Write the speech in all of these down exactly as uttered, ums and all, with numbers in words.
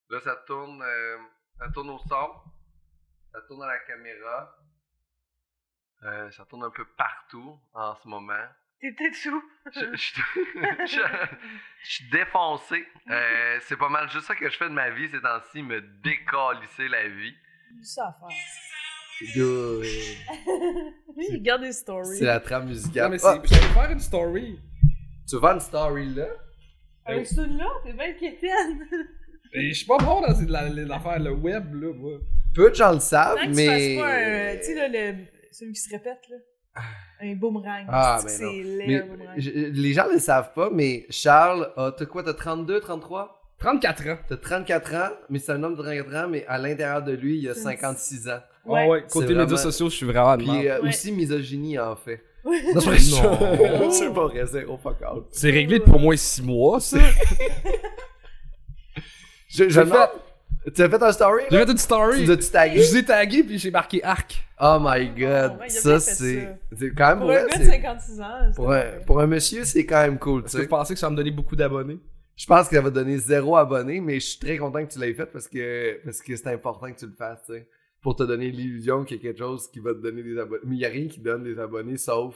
Là, ça tourne, euh, ça tourne au son. Ça tourne à la caméra. Euh, ça tourne un peu partout en ce moment. T'es peut-être sous. Je, je, je, je suis défoncé. Euh, c'est pas mal juste ça que je fais de ma vie ces temps-ci, me décalisser la vie. Ça à faire. Yo, Lui, il regarde des stories. c'est la trame musicale. Non, mais Ah, c'est... J'allais faire une story. tu veux faire une story là? Avec ce là t'es bien quétaine. Et je suis pas bon dans la- l'affaire, le web, là, moi. Peu de gens le savent, Tant que tu mais. fasses pas un. Tu sais, là, le, celui qui se répète, là. Un boomerang. Ah, C'est ben non. c'est laid, Mais un boomerang. je- les gens ne le savent pas, mais Charles, a, t'as quoi, t'as trente-deux, trente-trois? trente-quatre ans. T'as trente-quatre ans, mais c'est un homme de trente-quatre ans, mais à l'intérieur de lui, il y a C'est- cinquante-six ans. Ouais. Ah ouais, C'est côté vraiment- médias sociaux, je suis vraiment de Puis merde. euh, Ouais. aussi misogynie, en fait. Ouais. Non, c'est vrai, Non, non. c'est pas vrai, c'est au fuck out. C'est réglé depuis au moins six mois, ça. Je, je J'ai me- fait- Tu as fait un story? J'ai là? fait une story. Tu l'as-tu Je tagué? vous ai tagué, puis j'ai marqué arc. Oh my god, ouais, il a bien ça fait c'est... ça. C'est quand même Pour vrai, un gars de c'est... cinquante-six ans, c'est Pour un, parfait. pour un monsieur, c'est quand même cool, tu Est-ce que sais. vous pensez que ça va me donner beaucoup d'abonnés? Je pense que ça va te donner zéro abonné, mais je suis très content que tu l'aies fait parce que parce que c'est important que tu le fasses, tu sais. Pour te donner l'illusion qu'il y a quelque chose qui va te donner des abonnés. Mais il n'y a rien qui donne des abonnés sauf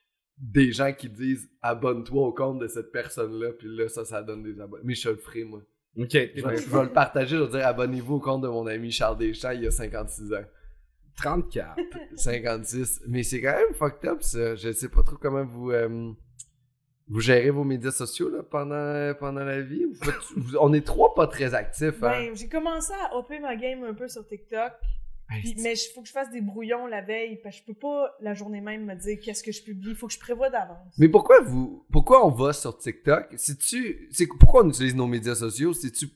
des gens qui disent abonne-toi au compte de cette personne-là, puis là, ça, ça donne des abonnés. Mais je le ferai, moi. Ok. Je vais, je vais le partager, je vais dire abonnez-vous au compte de mon ami Charles Deschamps, il y a cinquante-six ans. trente-quatre. cinquante-six. Mais c'est quand même fucked up, ça. Je sais pas trop comment vous. euh, Vous gérez vos médias sociaux là, pendant, pendant la vie? Vous faites- vous- on est trois pas très actifs. Hein? Ben, j'ai commencé à hopper ma game un peu sur TikTok. Puis, mais il faut que je fasse des brouillons la veille, parce que je peux pas la journée même me dire qu'est-ce que je publie. Il faut que je prévoie d'avance. Mais pourquoi vous pourquoi on va sur TikTok? C'est-tu. C'est, pourquoi on utilise nos médias sociaux? C'est-tu.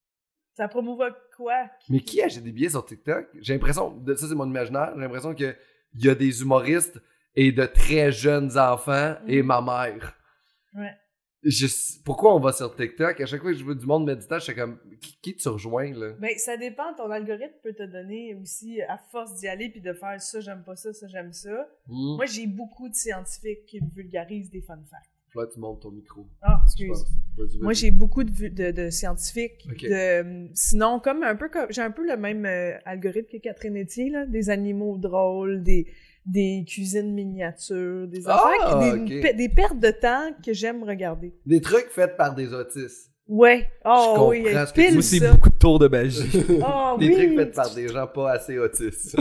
Ça promouvoit quoi? Mais qui achète des billets sur TikTok? J'ai l'impression. de- Ça, c'est mon imaginaire. J'ai l'impression qu'il y a des humoristes et de très jeunes enfants et Mhm. ma mère. Ouais. Je, pourquoi on va sur TikTok? À chaque fois que je vois du monde méditant, je suis comme. Qui, qui tu rejoins, là? Ben, ça dépend. Ton algorithme peut te donner aussi, à force d'y aller puis de faire ça, j'aime pas ça, ça, j'aime ça. Hmm. Moi, j'ai beaucoup de scientifiques qui me vulgarisent des fun facts. Là, tu montes ton micro. Ah, je excuse. pense. Vas-y, vas-y. Moi, j'ai beaucoup de, vu- de, de scientifiques. Ok. De, sinon, comme un peu comme j'ai un peu le même euh, algorithme que Catherine Etier, là, des animaux drôles, des, des cuisines miniatures, des Ah, affaires, qui- des, ok. pe- des pertes de temps que j'aime regarder. Des trucs faits par des autistes. Ouais. Oh Je oui, comprends ce que tu pile Moi, dis. c'est ça. beaucoup de tours de magie. Oh Des oui. trucs faits par des gens pas assez autistes.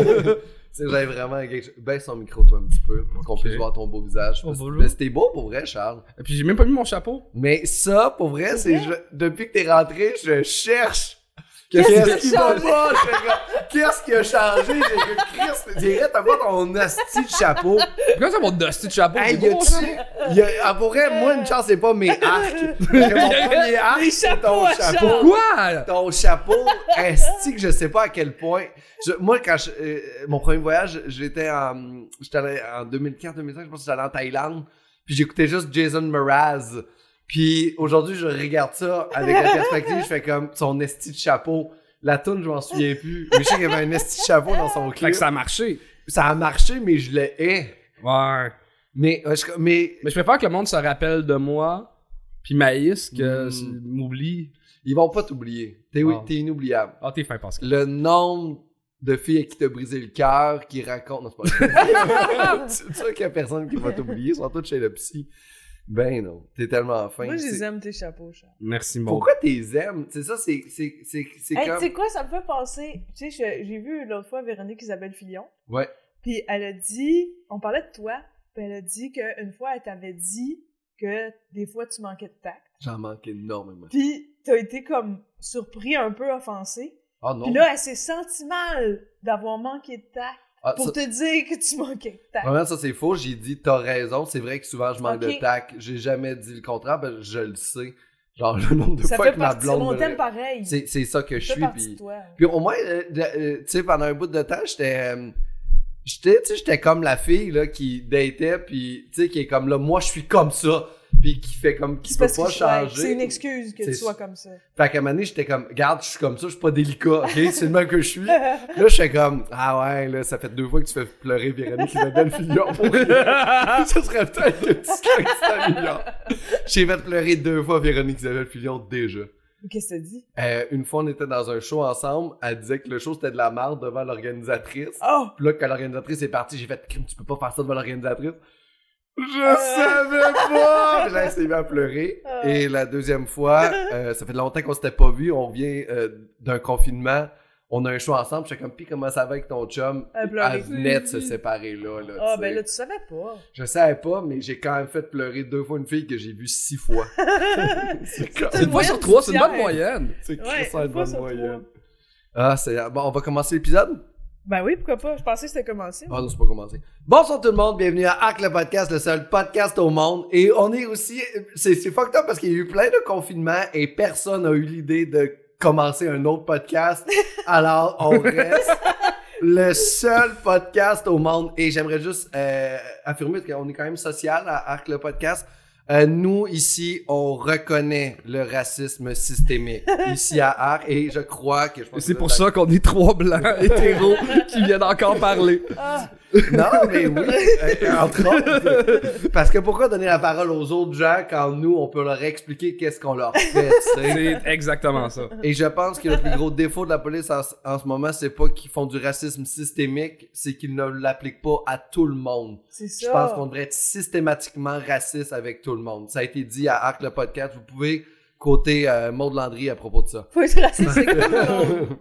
C'est vrai, vraiment quelque chose. Baisse ton micro, toi, un petit peu, pour qu'on Ok. puisse voir ton beau visage. Oh, Parce- bonjour. mais c'était beau pour vrai, Charles. Et puis j'ai même pas mis mon chapeau. Mais ça, pour vrai, c'est. vrai? je- depuis que t'es rentré, je cherche. Qu'est-ce qui a qui va changé? pas? Je fais comme, qu'est-ce qui a changé? J'ai que Christ, dirais, t'as pas ton hostie de chapeau. Pourquoi ça mon dusty de chapeau? Hey, C'est y beau, ça? a-tu. y a- ah, pour vrai, moi, une chance, c'est pas mes arcs. Parce que mon premier arc, Les c'est chapeaux ton à chapeau. Charles. Pourquoi? Ton chapeau, esti que je sais pas à quel point. Je- moi, quand je, euh, mon premier voyage, j'étais en, j'étais allé en deux mille quatre deux mille cinq, je pense que j'étais allé en Thaïlande, puis j'écoutais juste Jason Mraz. Puis aujourd'hui, je regarde ça avec la perspective, je fais comme son esti de chapeau. La toune, je m'en souviens plus. Mais je sais qu'il y avait un esti de chapeau dans son Fait clip. que ça a marché. Ça a marché, mais je le hais. Ouais. Mais, euh, je- mais Mais je préfère que le monde se rappelle de moi, puis Maïs, que Mm. c'est- m'oublie. ils vont pas t'oublier. T'es, oui, Ah. t'es inoubliable. Ah, t'es fin, Pascal. Le nombre de filles à qui t'as brisé le cœur, qui racontent... Non, c'est pas vrai. C'est sûr qu'il y a personne qui va t'oublier, ils sont tous chez le psy. Ben non, t'es tellement fin. Moi, je les C'est- aime, tes chapeaux, Charles. Merci, mon. Pourquoi t'es aimes? C'est ça, c'est, c'est, c'est, c'est Hey, comme... tu sais quoi, ça me fait penser. Tu sais, je- j'ai vu l'autre fois Véronique Isabelle Fillon, Ouais. puis elle a dit, on parlait de toi, puis elle a dit qu'une fois, elle t'avait dit que des fois, tu manquais de tact. J'en manque énormément. Puis t'as été comme surpris, un peu offensé. Ah non? Puis là, elle s'est sentie mal d'avoir manqué de tact Ah, pour ça- te dire que tu manquais de tact. Premièrement, ça c'est faux, j'ai dit t'as raison, c'est vrai que souvent je manque Ok. de tact, j'ai jamais dit le contraire, ben je le sais. Genre le nombre de Ça fois fait que ma partie, blonde on me- t'aime pareil. c'est, c'est ça que je Ça fait suis, partie puis... de toi. Puis au moins, euh, de- euh, tu sais, pendant un bout de temps, j'étais... euh, j'étais, tu sais, j'étais comme la fille, là, qui datait, puis, tu sais, qui est comme là, moi, je suis comme ça, puis qui fait comme, qui C'est peut parce pas que je- changer. ouais, c'est une excuse que C'est- tu sois comme ça. Fait qu'à un moment donné, j'étais comme, regarde, je suis comme ça, je suis pas délicat, ok? C'est le même que je suis. Là, je fais comme, ah ouais, là, ça fait deux fois que tu fais pleurer Véronique Isabelle Fillon pour rien. Ça serait peut-être que tu serais améliores. J'ai fait pleurer deux fois Véronique Isabelle Fillon déjà. Qu'est-ce que t'as dit? Euh, une fois, on était dans un show ensemble. Elle disait que le show, c'était de la merde devant l'organisatrice. Oh! Puis là, quand l'organisatrice est partie, j'ai fait « Tu peux pas faire ça devant l'organisatrice? » Je Euh. savais pas! Puis là, elle s'est mise à pleurer. Ah. Et la deuxième fois, euh, ça fait longtemps qu'on s'était pas vus. On vient euh, d'un confinement. On a un show ensemble. Je suis comme « Pis comment ça va avec ton chum? » Elle pleurait. Elle venait de se séparer là. là Ah, tu ben sais. là, tu savais pas. Je savais pas, mais j'ai quand même fait pleurer deux fois une fille que j'ai vue six fois. C'est comme... C'est une fois sur trois, c'est une bonne moyenne. C'est Ouais, crissant une une fois bonne sur moyenne. Ah, c'est... Bon, on va commencer l'épisode? Ben oui, pourquoi pas? Je pensais que c'était commencé. Ah non, c'est pas commencé. Bonsoir tout le monde, bienvenue à Hack le podcast, le seul podcast au monde. Et on est aussi... C'est, c'est fucked up parce qu'il y a eu plein de confinements et personne n'a eu l'idée de commencer un autre podcast. Alors, on reste le seul podcast au monde. Et j'aimerais juste euh, affirmer qu'on est quand même social à Hack le podcast. Euh, nous, ici, on reconnaît le racisme systémique ici à Arc et je crois que... Je pense Et c'est que pour vous ça qu'on est trois blancs hétéros qui viennent encore parler. Ah! êtes- Non, mais oui, euh, entre autres. Parce que pourquoi donner la parole aux autres gens quand nous, on peut leur expliquer qu'est-ce qu'on leur fait, tu sais? C'est exactement ça. Et je pense que le plus gros défaut de la police en, en ce moment, c'est pas qu'ils font du racisme systémique, c'est qu'ils ne l'appliquent pas à tout le monde. C'est ça. Je pense qu'on devrait être systématiquement raciste avec tout le monde. Ça a été dit à Arc le podcast. Vous pouvez côté euh, Maud Landry à propos de ça. Faut être raciste, c'est comme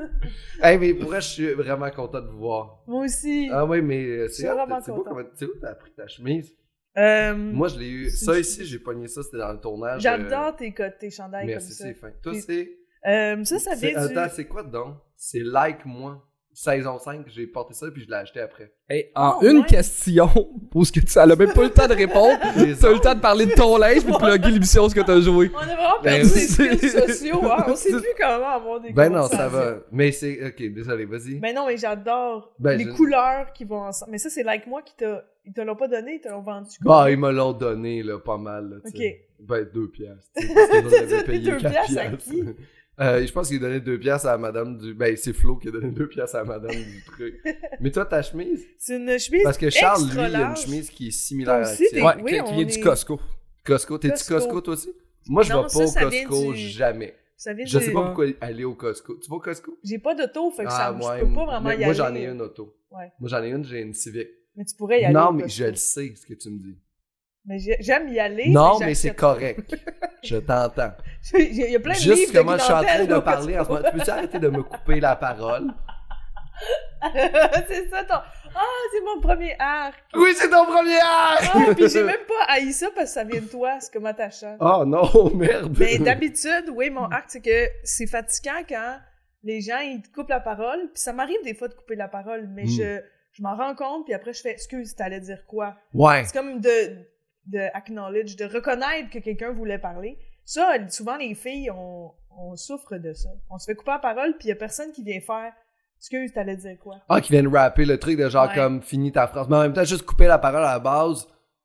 Hey, mais pour vrai, je suis vraiment content de vous voir. Moi aussi. Ah oui, mais euh, Je c'est suis hot, vraiment c'est beau content. comment... Tu sais où t'as pris ta chemise? Euh, Moi, je l'ai eu... c'est Ça une ici, j'ai pogné ça, c'était dans le tournage. J'adore tes cotes, tes chandails Merci, comme ça. c'est fin. Toi, Puis- c'est... Euh, ça, ça c'est... vient du... Attends, c'est quoi donc? C'est Like Moi. Saison cinq, j'ai porté ça puis je l'ai acheté après. Hey, en Oh, une ouais. question, pour ce que tu sais, elle a même pas eu le temps de répondre. T'as eu le temps de parler de ton linge puis de plugger l'émission ce que t'as joué. On a vraiment Ben, perdu les c'est- skills sociaux, hein. On sait plus comment avoir des Ben non, ça conversations. va. Mais c'est... Ok, désolé, vas-y. Ben non, mais j'adore Ben, les je- couleurs qui vont ensemble. Mais ça, c'est Like Moi qui t'a... Ils te l'ont pas donné, ils te l'ont vendu. Bah, ils me l'ont donné, là, pas mal, là, tu Ok. sais. Ben, deux piastres. tu sais, parce que nous, on avait T'as donné payé deux quatre piastres à piastres. qui? Euh, je pense qu'il a donné deux piastres à madame du... Ben, c'est Flo qui a donné deux piastres à madame du truc. Mais toi, ta chemise? C'est une chemise Parce que Charles, lui, extra il a une large. chemise qui est similaire à la aussi, tienne. t'es- Ouais, oui, qui on vient du est- Costco. Costco. T'es-tu Costco. Costco, toi aussi? Moi, je Non, vais ça, pas au ça vient Costco, du- jamais. Ça vient Je du- sais pas pourquoi aller au Costco. Tu vas au Costco? J'ai pas d'auto, fait que ça, Ah, ouais, je peux pas vraiment mais y moi, aller. j'en ai une auto. Ouais. Moi, j'en ai une, j'ai une Civic. Mais tu pourrais y aller. Non, au mais Costco. je le sais, ce que tu me dis. Mais j'ai- j'aime y aller. Non, mais mais c'est j'achète- correct. Je t'entends. Il y a plein de Juste livres comment de je suis en train clientèle de au parler en ce Costco. moment. Tu peux-tu arrêter de me couper la parole? C'est ça ton... Ah, c'est mon premier arc! Oui, c'est ton premier arc! Ah, puis j'ai même pas haï ça parce que ça vient de toi, c'est comme attachant. Oh non, merde! Mais d'habitude, oui, mon arc, c'est que c'est fatigant quand les gens, ils te coupent la parole. Puis ça m'arrive des fois de couper la parole, mais Mm. je, je m'en rends compte, puis après je fais « Excuse, t'allais dire quoi? » Ouais. C'est comme de, de acknowledge, de reconnaître que quelqu'un voulait parler. Ça, souvent, les filles, on, on souffre de ça. On se fait couper la parole, puis il y a personne qui vient faire « Excuse, t'allais dire quoi? » Ah, qui viennent rapper le truc de genre Ouais. comme fini ta phrase. Mais en même temps, juste couper la parole à la base,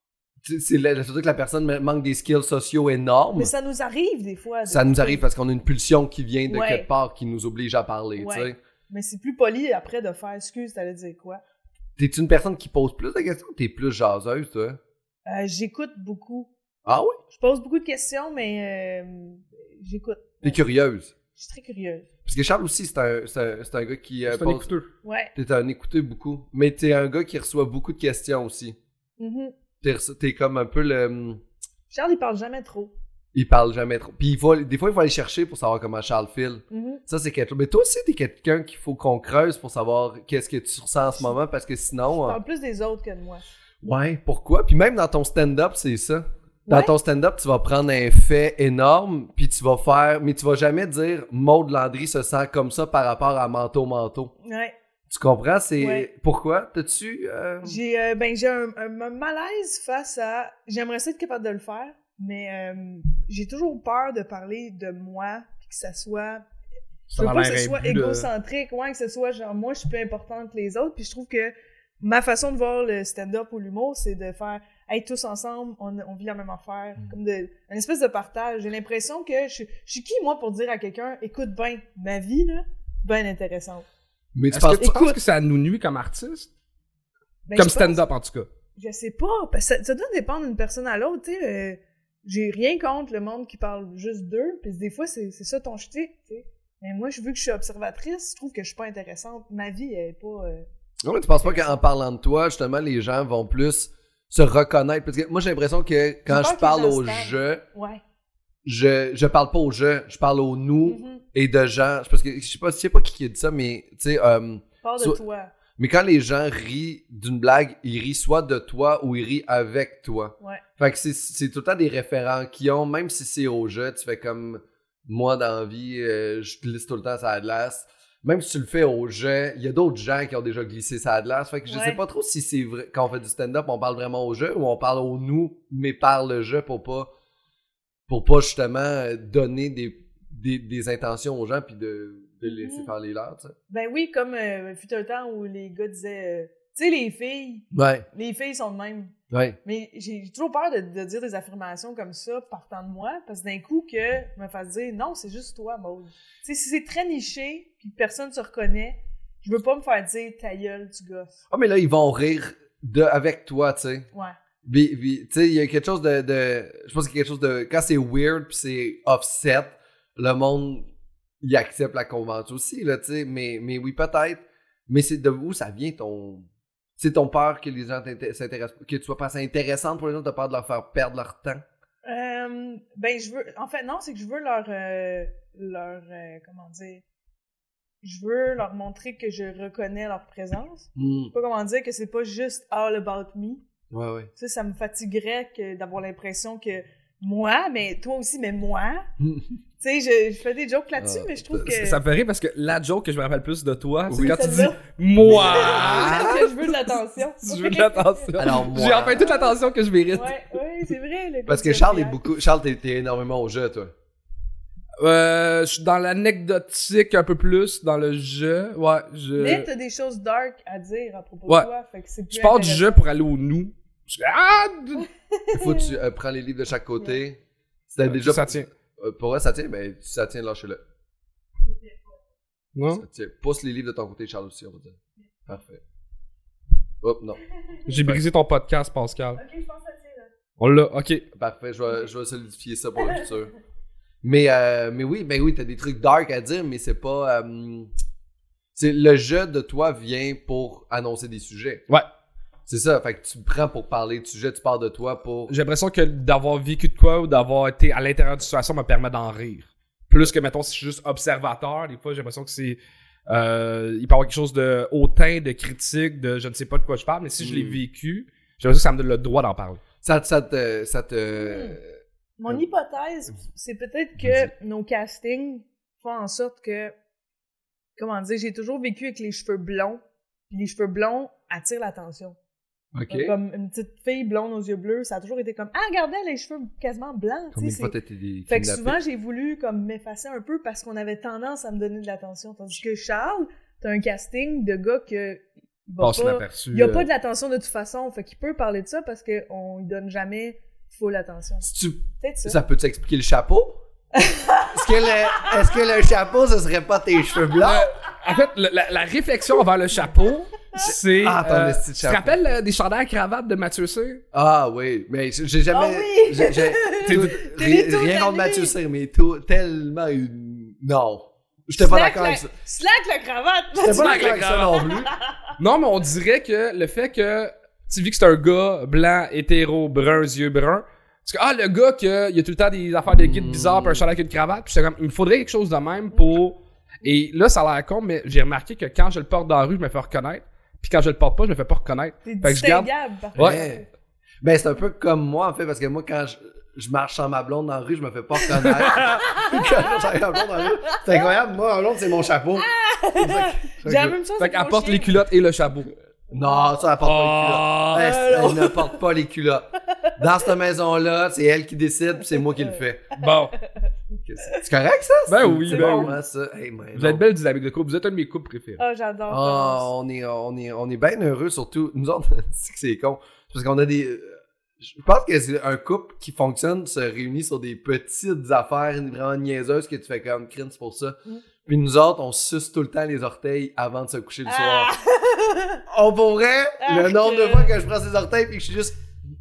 tu sais, c'est le- surtout que la personne manque des skills sociaux énormes. Mais ça nous arrive des fois. de Ça nous couper. arrive parce qu'on a une pulsion qui vient de Ouais. quelque part qui nous oblige à parler, Ouais. tu sais. Mais c'est plus poli après de faire « Excuse, t'allais dire quoi? » T'es-tu une personne qui pose plus de questions ou t'es plus jaseuse, toi? Euh, j'écoute beaucoup. Ah oui? Je pose beaucoup de questions, mais euh, j'écoute. T'es Ouais. curieuse. Je suis très curieuse. Parce que Charles aussi, c'est un, c'est un, c'est un gars qui... euh, C'est un pose- écouteur. Ouais. T'es un écouteur beaucoup. Mais t'es un gars qui reçoit beaucoup de questions aussi. Mhm. T'es, reço- t'es comme un peu le... Charles, il parle jamais trop. Il parle jamais trop. Puis il faut, des fois, il faut aller chercher pour savoir comment Charles file. Mhm. Ça, c'est quelque chose. Mais toi aussi, t'es quelqu'un qu'il faut qu'on creuse pour savoir qu'est-ce que tu ressens en ce moment, parce que Je sinon... euh, parle plus des autres que de moi. Ouais, pourquoi? Puis même dans ton stand-up, c'est ça. Dans Ouais. ton stand-up, tu vas prendre un fait énorme, puis tu vas faire... Mais tu vas jamais dire « Maud Landry se sent comme ça par rapport à Manteau Manteau Ouais. ». Tu comprends? C'est... Ouais. Pourquoi? T'as-tu... euh, J'ai euh, ben, j'ai un, un- un malaise face à... J'aimerais ça être capable de le faire, mais euh, j'ai toujours peur de parler de moi, puis que ça soit... Je veux Ça a pas que l'air ce soit imbu de- égocentrique, ouais, que ce soit genre moi je suis plus importante que les autres, puis je trouve que ma façon de voir le stand-up ou l'humour, c'est de faire hey, tous ensemble, on, on vit la même affaire, Mm. comme de une espèce de partage. J'ai l'impression que je, je suis qui moi pour dire à quelqu'un écoute ben ma vie là, ben intéressante. Mais tu Est-ce penses que tu Écoute. penses que ça nous nuit comme artiste? Ben, Comme je pense- stand-up, en tout cas. Je sais pas, parce que ça, ça doit dépendre d'une personne à l'autre, tu sais. euh, j'ai rien contre le monde qui parle juste d'eux, puis des fois, c'est, c'est ça ton shtick, tu sais. Mais moi, je veux que je suis observatrice, je trouve que je suis pas intéressante. Ma vie, elle est pas... Euh... Non, mais tu penses pas qu'en parlant de toi, justement, les gens vont plus se reconnaître? Parce que moi, j'ai l'impression que quand je parle au jeu, ouais. je, je parle pas au jeu, je parle au nous Mm-hmm. et de gens. Parce que je sais pas, je sais pas qui, qui a dit ça, mais tu sais... Euh, parle de so, toi. Mais quand les gens rient d'une blague, ils rient soit de toi ou ils rient avec toi. Ouais. Fait que c'est, c'est tout le temps des référents qui ont, même si c'est au jeu, tu fais comme moi dans la vie, euh, je glisse tout le temps sur la glace. Même si tu le fais au jeu, il y a d'autres gens qui ont déjà glissé sur la glace. Fait que je ouais. sais pas trop si c'est vrai, quand on fait du stand-up, on parle vraiment au jeu ou on parle au nous, mais par le jeu pour pas, pour pas justement donner des, des, des intentions aux gens puis de, de laisser mm-hmm. faire les leurs, tu sais. Ben oui, comme euh, fut un temps où les gars disaient, euh, tu sais, les filles, Ouais. les filles sont de même. Ouais. Mais j'ai toujours peur de, de dire des affirmations comme ça partant de moi, parce que d'un coup, que je me fasse dire non, c'est juste toi, Maud. Tu sais, si c'est très niché, puis personne se reconnaît, je veux pas me faire dire ta gueule, tu gosses. Ah, mais là, ils vont rire de, avec toi, tu sais. Ouais. Puis, puis, tu sais, il y a quelque chose de, de. Je pense qu'il y a quelque chose de. Quand c'est weird puis c'est offset, le monde, il accepte la convention aussi, là, tu sais. Mais, mais oui, peut-être. Mais c'est de où ça vient ton. C'est ton peur que les gens s'intéressent, que tu sois pas assez intéressante pour les gens, t'as peur de leur faire perdre leur temps? Euh, ben, je veux... En fait, non, c'est que je veux leur... Euh, leur... Euh, comment dire... Je veux leur montrer que je reconnais leur présence. Mm. Je sais pas comment dire que c'est pas juste all about me. Ouais, ouais. Tu sais, ça me fatiguerait que d'avoir l'impression que moi, mais toi aussi, mais moi... Tu sais, je, je fais des jokes là-dessus, ah, mais je trouve que... Ça, ça me fait rire parce que la joke que je me rappelle plus de toi, oui, c'est quand tu dis « moi ». Parce que je veux de l'attention. Je veux de l'attention. Alors, moi... J'ai enfin toute l'attention que je mérite. Ouais, ouais, c'est vrai. Parce que Charles est beaucoup... Charles, t'es, t'es énormément au jeu, toi. Euh, je suis dans l'anecdotique un peu plus, dans le jeu. Ouais, je... Mais t'as des choses dark à dire à propos ouais. de toi, fait que c'est plus je pars du jeu pour aller au nous. Je... Ah! Il faut que tu euh, prends les livres de chaque côté. Ouais. C'était déjà... Ça tient. Euh, pour vrai, ça tient, ben, si ça tient, lâchez-le. Non? Ça tient. Pousse les livres de ton côté, Charles, aussi, on va dire. Parfait. Hop, non. J'ai brisé ton podcast, Pascal. Ok, je pense que ça tient, là. On l'a, ok. Parfait, je vais, je vais solidifier ça pour le futur. Mais, euh, mais oui, ben oui, t'as des trucs dark à dire, mais c'est pas... Euh, c'est, le jeu de toi vient pour annoncer des sujets. Ouais. C'est ça, fait que tu prends pour parler de sujets, tu parles de toi pour... J'ai l'impression que d'avoir vécu de quoi ou d'avoir été à l'intérieur d'une situation me permet d'en rire. Plus que, mettons, si je suis juste observateur, des fois, j'ai l'impression que c'est... Euh, il peut y avoir quelque chose de hautain, de critique, de je ne sais pas de quoi je parle, mais si mm. je l'ai vécu, j'ai l'impression que ça me donne le droit d'en parler. Ça, ça te... Ça te mm. Mon hypothèse, c'est peut-être que nos castings font en sorte que... Comment dire? J'ai toujours vécu avec les cheveux blonds, puis les cheveux blonds attirent l'attention. Okay. Comme une petite fille blonde aux yeux bleus, ça a toujours été comme « Ah, regardez, elle a les cheveux quasiment blancs! » Combien de fois t'as été des... Fait que souvent, j'ai voulu comme m'effacer un peu parce qu'on avait tendance à me donner de l'attention. Tandis que Charles, t'as un casting de gars que... Il passe pas, inaperçu. Il y a euh... pas de l'attention de toute façon. Fait qu'il peut parler de ça parce qu'on lui donne jamais full attention. Tu... Peut-être ça. Ça peut t'expliquer le chapeau? Est-ce que le... Est-ce que le chapeau, ce serait pas tes cheveux blancs? Euh, en fait, le, la, la réflexion envers le chapeau... C'est. Ah, ton euh, esti de tu te rappelles euh, des chandails à cravate de Mathieu Cyr? Ah oui, mais j'ai jamais. Oh oui! J'ai, j'ai, tout, rien rien contre Mathieu Cyr, mais tout, tellement une. Non. J'étais pas d'accord la, avec ça. Slack la cravate! J'étais pas d'accord avec ça non plus. Non, mais on dirait que le fait que. Tu vis que c'est un gars blanc, hétéro, brun, yeux bruns. Parce que, ah, le gars, que, il y a tout le temps des affaires de guide bizarres, pis un chandail avec une cravate. Puis j'étais comme, il me faudrait quelque chose de même pour. Et là, ça a l'air con, mais j'ai remarqué que quand je le porte dans la rue, je me fais reconnaître. Puis quand je le porte pas, je me fais pas reconnaître. T'es fait que je garde... parfait. Ouais. Ben, c'est un peu comme moi, en fait, parce que moi, quand je, je marche sans ma blonde dans la rue, je me fais pas reconnaître. Quand je marche avec ma blonde dans la rue, c'est incroyable. Moi, ma blonde, c'est mon chapeau. J'ai la même chose. Fait qu'elle porte les culottes et le chapeau. Non, ça, elle porte oh, pas les culottes. Elle, elle ne porte pas les culottes. Dans cette maison-là, c'est elle qui décide, puis c'est moi qui le fais. Bon. C'est correct, ça? Ben c'est, oui, c'est ben bon, oui. Hein, ça. Hey, ben, vous êtes belle dynamique de couple. Vous êtes un de mes couples préférés. Ah, oh, j'adore. Oh, on est, on est, on est bien heureux, surtout. Nous autres, c'est que c'est con. Parce qu'on a des... Je pense que c'est un couple qui fonctionne, se réunit sur des petites affaires vraiment niaiseuses que tu fais comme crime, c'est pour ça. Mm. Puis nous autres, on suce tout le temps les orteils avant de se coucher le soir. Ah! On pour vrai, ah, le nombre de fois que je prends ses orteils puis que je suis juste...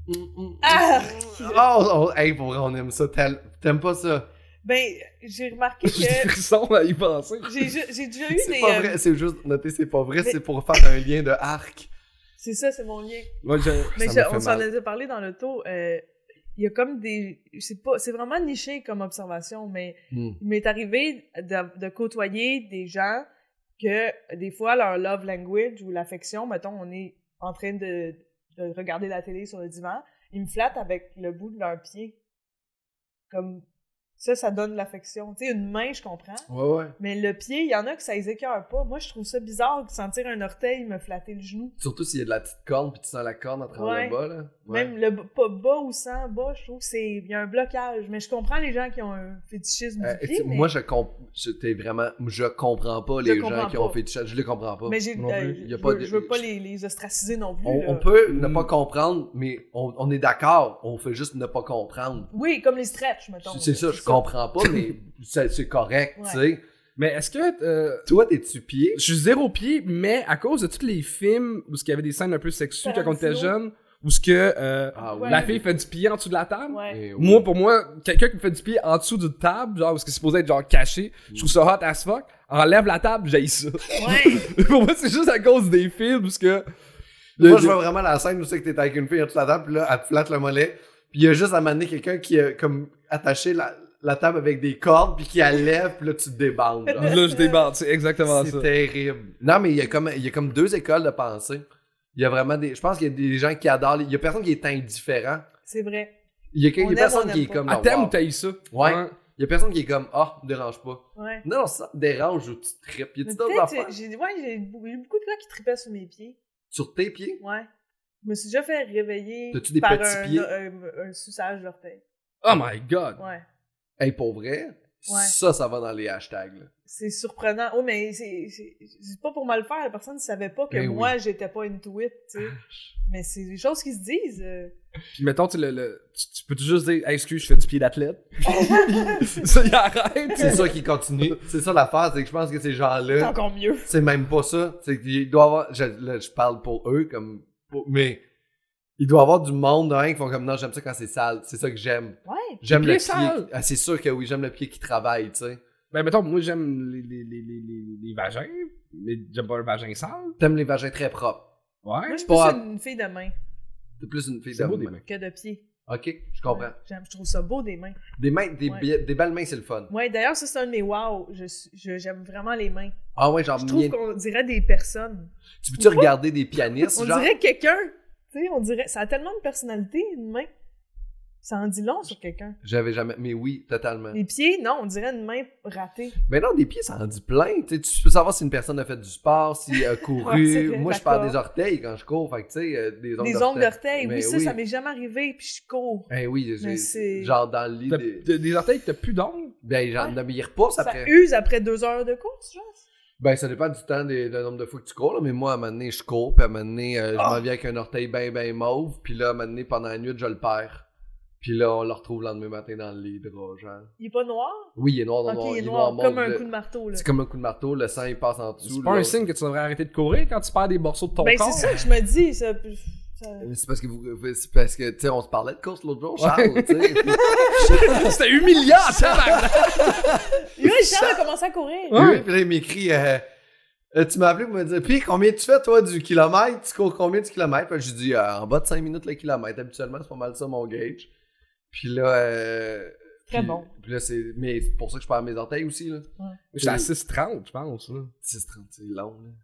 Ah! Oh, oh, hey, pour vrai, on aime ça. tel- T'aimes pas ça? Ben, j'ai remarqué J'ai des que frissons à y penser. j'ai ju- j'ai déjà eu C'est des... pas euh, vrai, c'est juste noter, c'est pas vrai, mais- c'est pour faire un lien de arc. C'est ça, c'est mon lien. Moi, je... Mais Ça je- me on fait s'en mal. a déjà parlé dans l'auto. euh, Il y a comme des... C'est pas, c'est vraiment niché comme observation, mais Hmm. il m'est arrivé de, de côtoyer des gens que, des fois, leur love language ou l'affection, mettons, on est en train de, de regarder la télé sur le divan, ils me flattent avec le bout de leur pied. Comme... Ça, ça donne de l'affection. Tu sais, une main, je comprends. Ouais, ouais. Mais le pied, il y en a que ça les écœure pas. Moi, je trouve ça bizarre de sentir un orteil me flatter le genou. Surtout s'il y a de la petite corne, puis tu sens la corne à travers Ouais. le bas, là. Ouais. Même le b- pas bas ou sans bas, je trouve que c'est... Il y a un blocage. Mais je comprends les gens qui ont un fétichisme Euh, du pied, tu- mais... Moi, je comp... je- t'es vraiment... Je comprends pas Je les comprends gens qui pas. ont fait du chat. Je les comprends pas. mais j'ai, non euh, plus. je, Y a je pas veux, de- je veux pas les, les ostraciser non plus. On, là. on peut ne Mm. pas comprendre, mais on, on est d'accord. On fait juste ne pas comprendre. Oui, comme les stretch, mettons. C'est ça, je comprends pas, mais c'est c'est correct, Ouais. tu sais. Mais est-ce que... euh, Toi, t'es-tu pied? Je suis zéro pied, mais à cause de tous les films où il y avait des scènes un peu sexuelles quand on était Tarantino. jeune, où ce que euh, Ah Ouais. la fille fait du pied en dessous de la table. Ouais. Eh oui. Moi, pour moi, quelqu'un qui me fait du pied en dessous d'une table, genre, parce que c'est supposé être genre caché, je trouve ça hot as fuck. Enlève la table, j'haïs ça. Ouais. Pour moi, c'est juste à cause des films, parce que... Moi, je vois vraiment la scène où c'est que t'es avec une fille en dessous de la table, puis là, elle te flatte le mollet, puis il y a juste à m'amener quelqu'un qui a comme attaché la, la table avec des cordes, puis qui la lève, puis là, tu te débandes. genre. Là, je débarque, c'est exactement C'est ça. terrible. Non, mais il y a comme il y a comme deux écoles de pensée. Il y a vraiment des. Je pense qu'il y a des gens qui adorent. les- Il y a personne qui est indifférent. C'est vrai. Il y a, il y a On aime, personne on qui aime est pas. comme. À non, thème wow. ou t'haïs ça? Ouais. Il y a personne qui est comme ah, me dérange pas. Ouais. Non, non, ça te dérange ou tu tripes. Y Mais a-tu d'autres peut-être, affaires? j'ai, ouais, j'ai beaucoup j'ai eu beaucoup de gars qui tripaient sur mes pieds. Sur tes pieds? Ouais. Je me suis déjà fait réveiller T'as-tu des par petits un, pieds? un, un suçage d'orteil. Oh my god. Ouais. Hey, pour vrai? Ouais. Ça, ça va dans les hashtags. Là. C'est surprenant. Oh, mais c'est, c'est, c'est pas pour mal le faire. La personne ne savait pas que Ben moi, j'étais pas into it, tu sais. Mais c'est des choses qui se disent. euh. Puis mettons, tu, le, le- tu, tu peux juste dire, hey, excuse, je fais du pied d'athlète. Ça, il arrête. C'est ça qui continue. C'est ça l'affaire, c'est que je pense que ces C'est gens-là, encore mieux. c'est même pas ça. C'est qu'il doit avoir. Je, là, je parle pour eux, comme. pour- mais il doit y avoir du monde hein, qui font comme non, j'aime ça quand c'est sale. C'est ça que j'aime. Ouais. J'aime Les le pieds pied. sales. Ah, c'est sûr que oui, j'aime le pied qui travaille, tu sais. Ben, mettons, moi, j'aime les, les, les, les, les, les vagins, mais j'aime pas un vagin sale. T'aimes les vagins très propres. Moi, Ouais. je suis pas- plus une fille de main T'es plus une fille C'est de beau des main. mains. que de pied. Ok, je comprends. Ouais. J'aime, je trouve ça beau des mains. Des mains, des, Ouais. bi- des belles mains, c'est le fun. Ouais, d'ailleurs, ça, c'est un de mes wow. Je, suis- je- j'aime vraiment les mains. Ah ouais, genre, Je trouve mien- qu'on dirait des personnes. tu peux-tu regarder des pianistes, On genre? dirait quelqu'un. Tu sais, on dirait. Ça a tellement de personnalité, une main. Ça en dit long sur quelqu'un. J'avais jamais. Mais oui, totalement. Les pieds, non, on dirait une main ratée. Mais non, des pieds, ça en dit plein. Tu sais, tu peux savoir si une personne a fait du sport, si a couru. Ouais, c'est vrai, Moi, je parle d'accord. des orteils quand je cours. Fait que, tu sais, euh, des ongles Des d'orteil. ongles d'orteil. Mais Oui, ça, oui. ça m'est jamais arrivé, puis je cours. Eh oui, Mais j'ai- c'est- genre dans le lit. T'as- Des... t'as des orteils que t'as plus d'ongles. Ben, genre, Ouais. non, mais ils repoussent Ça après. use après deux heures de course, genre. Ben, ça dépend du temps, des, le nombre de fois que tu cours, là. Mais moi, à un moment donné, je cours, puis à un moment donné, euh, je Ah! m'en viens avec un orteil ben, ben mauve, puis là, à un moment donné, pendant la nuit, je le perds. Puis là, on le retrouve le lendemain matin dans le lit, drap, genre. Il est pas noir? Oui, il est noir, noir, Ok, noir, il est noir, comme mauve, un le- coup de marteau, là. C'est comme un coup de marteau, le sang, il passe en dessous. C'est pas un l'autre- signe que tu devrais arrêter de courir quand tu perds des morceaux de ton Ben, corps. c'est ça que je me dis. Ça, ça- Mais C'est parce que vous, c'est parce que, tu sais, on se parlait de course l'autre jour, Charles, tu sais. C'était humiliant, tabarnak! Là, Charles a commencé à courir. Puis oui, puis là, il m'écrit, euh, euh, tu m'as appelé pour me dire, puis combien tu fais, toi, du kilomètre? Tu cours combien du kilomètre? Puis j'ai dit, euh, en bas de cinq minutes le kilomètre. Habituellement, c'est pas mal ça, mon gauge. Puis là, euh, Très puis- bon. Puis là, c'est, mais c'est pour ça que je perds mes orteils aussi, là. J'étais à six trente, je pense, là. six trente, c'est long, là.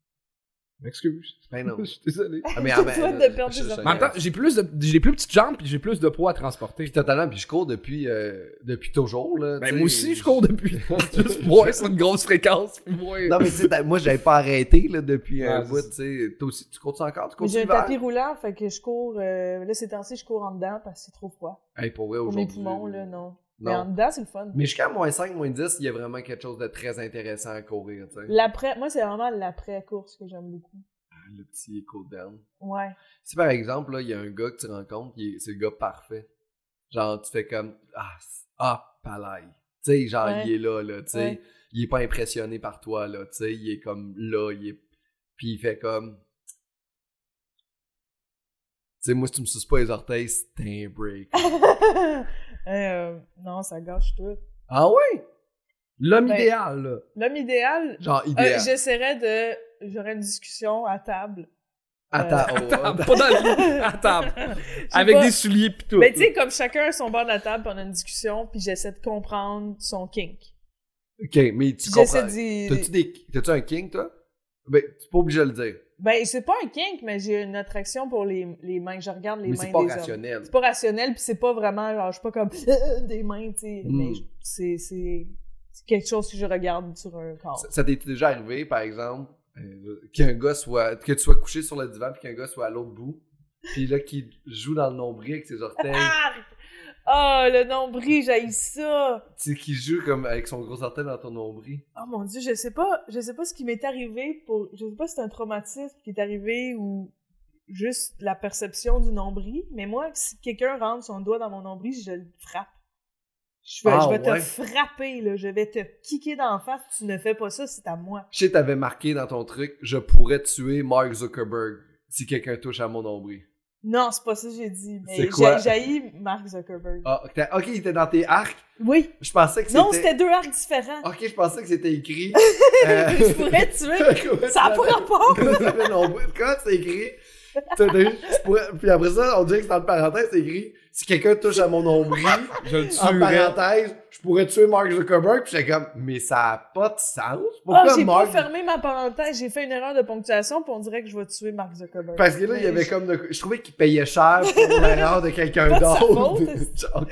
M'excuse. Ben non. Je suis désolé. Ah, mais T'as en même- besoin de perdre je- des je- orteils. Mais en même temps, j'ai plus de, j'ai plus petites jambes pis j'ai plus de poids à transporter. Puis totalement, puis je cours depuis, euh, depuis toujours, là. Ben, tu sais. moi aussi, je cours depuis. Juste moins sur une grosse fréquence. Puis moins. Non, mais tu sais, t'as- moi, j'avais pas arrêté, là, depuis un Ouais, bout, c'est tu sais. Toi aussi, tu cours encore? Tu Mais cours j'ai un l'hiver? tapis roulant, fait que je cours. euh, là, ces temps-ci, je cours en dedans parce que c'est trop froid. Hey, pour vrai, Pour mes aujourd'hui. poumons, là, non. Mais Non. en dedans, c'est le fun. Mais jusqu'à moins cinq, moins dix, il y a vraiment quelque chose de très intéressant à courir, tu sais. L'après, moi, c'est vraiment l'après-course que j'aime beaucoup. Le petit cool down. Ouais. Si par exemple, là, il y a un gars que tu rencontres, il est- c'est le gars parfait. Genre, tu fais comme Ah, c- ah palaille. Tu sais, genre, Ouais. il est là, là, tu sais. Ouais. Il est pas impressionné par toi, là, tu sais. Il est comme là, il est. Puis il fait comme. Tu sais, moi, si tu me suces pas les orteils, c'est un break. euh, non, ça gâche tout. Ah ouais? L'homme Ben, idéal, là. L'homme idéal, Genre euh, idéal. j'essaierais de... J'aurais une discussion à table. Attends, euh, oh, Ah, attends. pas dans le à table. sais Avec pas. des souliers pis tout. Ben, tu sais, comme chacun a son bord de la table, puis on a une discussion, puis j'essaie de comprendre son kink. Ok, mais tu Puis j'essaie comprends. d'y... T'as-tu des... T'as-tu un king, toi? Ben, tu pas obligé de le dire. Ben, c'est pas un kink, mais j'ai une attraction pour les, les mains. Je regarde les Mais mains c'est pas des hommes. rationnel. C'est pas rationnel, puis c'est pas vraiment, genre, je suis pas comme des mains, tu sais. Mm. Mais je- c'est, c'est, c'est quelque chose que je regarde sur un corps. Ça, ça t'est déjà arrivé, par exemple, euh, qu'un gars soit... que tu sois couché sur le divan puis qu'un gars soit à l'autre bout, puis là, qu'il joue dans le nombril avec ses orteils, Ah! Oh, le nombril, j'haïs ça! tu sais, qu'il joue comme avec son gros orteil dans ton nombril. Oh mon dieu, je sais pas, je sais pas ce qui m'est arrivé pour, je sais pas si c'est un traumatisme qui est arrivé ou juste la perception du nombril, mais moi, si quelqu'un rentre son doigt dans mon nombril, je le frappe. Je vais, Ah, je vais ouais? te frapper, là, je vais te kicker d'en face, tu ne fais pas ça, c'est à moi. Je sais, t'avais marqué dans ton truc, je pourrais tuer Mark Zuckerberg si quelqu'un touche à mon nombril. Non, c'est pas ça que j'ai dit, mais C'est quoi? j'ai j'haïs Mark Zuckerberg. Ah, t'as- ok, il était dans tes arcs. Oui. Je pensais que c'était... Non, c'était deux arcs différents. Ok, je pensais que c'était écrit. euh, Je pourrais tuer. Comment Ça a tu pas rapport. l'avais nombril? Comment c'est écrit? T'as- t'as- tu pourrais- Puis après ça, on dirait que c'est dans le parenthèse, c'est écrit si quelqu'un touche à mon nombril, Je le en tuerais. parenthèse, je pourrais tuer Mark Zuckerberg. Puis j'étais comme, mais ça a pas de sens. Ah, Pourquoi j'ai Mark? pas fermé ma parenthèse, j'ai fait une erreur de ponctuation, puis on dirait que je vais tuer Mark Zuckerberg. Parce que là, il y Mais avait je- comme de... Je trouvais qu'il payait cher pour l'erreur de quelqu'un Pas de sa d'autre. faute. Ok,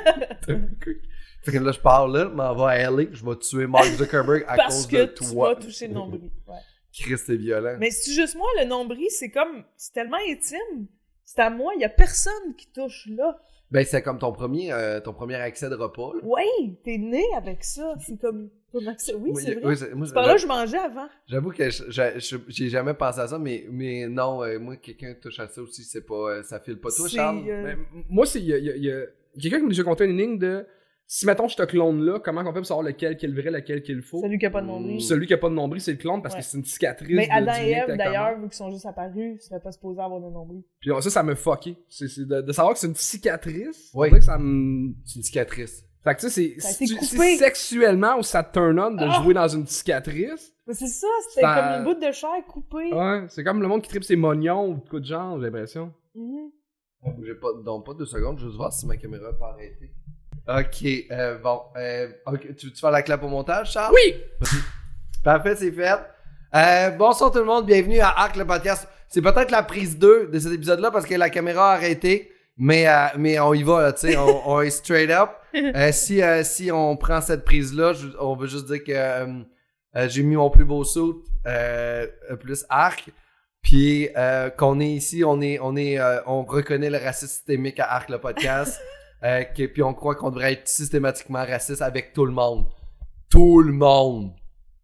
je... Fait que là, je pars là, je m'en vais à L A, je vais tuer Mark Zuckerberg à Parce cause que de tu toi. m'as touché le nombril. Ouais. Christ, c'est violent. Mais c'est juste moi, le nombril, c'est comme. C'est tellement intime. C'est à moi, il y a personne qui touche là. Ben, c'est comme ton premier, euh, ton premier accès de repas. Là. Ouais, t'es né avec ça. C'est comme. comment que c'est- Oui, Moi, c'est y- vrai. oui, c'est- moi, C'est par là que je mangeais avant. J'avoue que je- je- je- j'ai jamais pensé à ça, mais, mais non, euh, moi, quelqu'un touche à ça aussi, c'est pas, euh, ça file pas. Toi, C'est, Charles? euh, Mais, m- moi, c'est. Il y a, il y a- il y a quelqu'un qui m'a déjà conté une ligne de. Si, mettons, je te clone là, comment on fait pour savoir lequel qui est le vrai, lequel qui est le faux? Celui qui a pas de nombril. Puis celui qui a pas de nombril, c'est le clone parce Ouais. que c'est une cicatrice. Mais de- Adam du et lien que Ève, t'as d'ailleurs, commun. vu qu'ils sont juste apparus, ils seraient pas supposés avoir de nombril. Puis ça, ça me fucké. C'est, c'est de, de savoir que c'est une cicatrice. Oui. On dirait que ça me. C'est une cicatrice. Fait que tu sais, Ça a c'est été si, tu- coupé. si sexuellement ou ça te turn on de Ah! jouer dans une cicatrice. Mais c'est ça, c'était Ça- comme une bout de chair coupée. Ouais, c'est comme le monde qui tripe ses mognons ou de coup de genre, j'ai l'impression. Mhm. J'ai pas, donc pas deux secondes, je veux juste voir si ma caméra peut arrêter. Ok, euh, bon. Euh, ok, tu veux-tu faire la clap au montage, Charles? Oui! Parfait, c'est fait. Euh, bonsoir tout le monde, bienvenue à Arc le podcast. C'est peut-être la prise deux de cet épisode-là parce que la caméra a arrêté, mais, euh, mais on y va, là, tu sais, on, on est straight up. Euh, si, euh, si on prend cette prise-là, je- on veut juste dire que euh, euh, j'ai mis mon plus beau suit, euh, plus Arc, puis euh, qu'on est ici, on est, on est, euh, on reconnaît le racisme systémique à Arc le podcast, euh, que, puis on croit qu'on devrait être systématiquement raciste avec tout le monde. Tout le monde.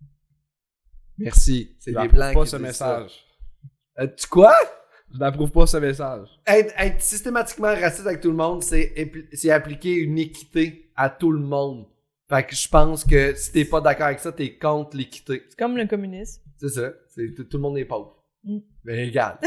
Merci. C'est Je des n'approuve blancs pas qui ce disent message. ça. Euh, tu quoi? Je n'approuve pas ce message. Être, être systématiquement raciste avec tout le monde, c'est, épl- c'est appliquer une équité à tout le monde. Fait que je pense que si t'es pas d'accord avec ça, t'es contre l'équité. C'est comme le communisme. C'est ça. C'est, tout, tout le monde est pauvre. Mm. Mais regarde.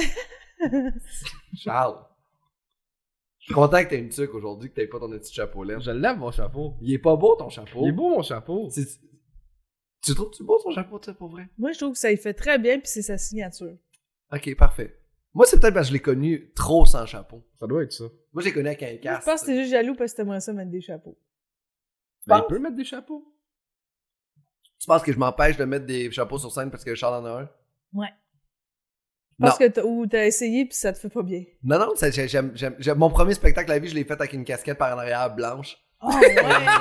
Charles. Je suis content que t'aies une tuque aujourd'hui, que t'aies pas ton petit chapeau là. Je lève mon chapeau. Il est pas beau ton chapeau. Il est beau mon chapeau. C'est- tu trouves-tu beau ton chapeau, tu sais, pour vrai? Moi, je trouve que ça y fait très bien, puis c'est sa signature. Ok, parfait. Moi, c'est peut-être parce que je l'ai connu trop sans chapeau. Ça doit être ça. Moi, je l'ai connu avec un Je casque. pense que t'es juste jaloux parce que t'aimerais ça mettre des chapeaux. Ben, penses? il peut mettre des chapeaux. Tu penses que je m'empêche de mettre des chapeaux sur scène parce que Charles en a un? Ouais. Non. Parce que t'as, ou t'as essayé, puis ça te fait pas bien. Non, non, c'est- j'ai- j'aime, j'aime, j'aime- mon premier spectacle à la vie, je l'ai fait avec une casquette par en arrière blanche. Oh, ouais!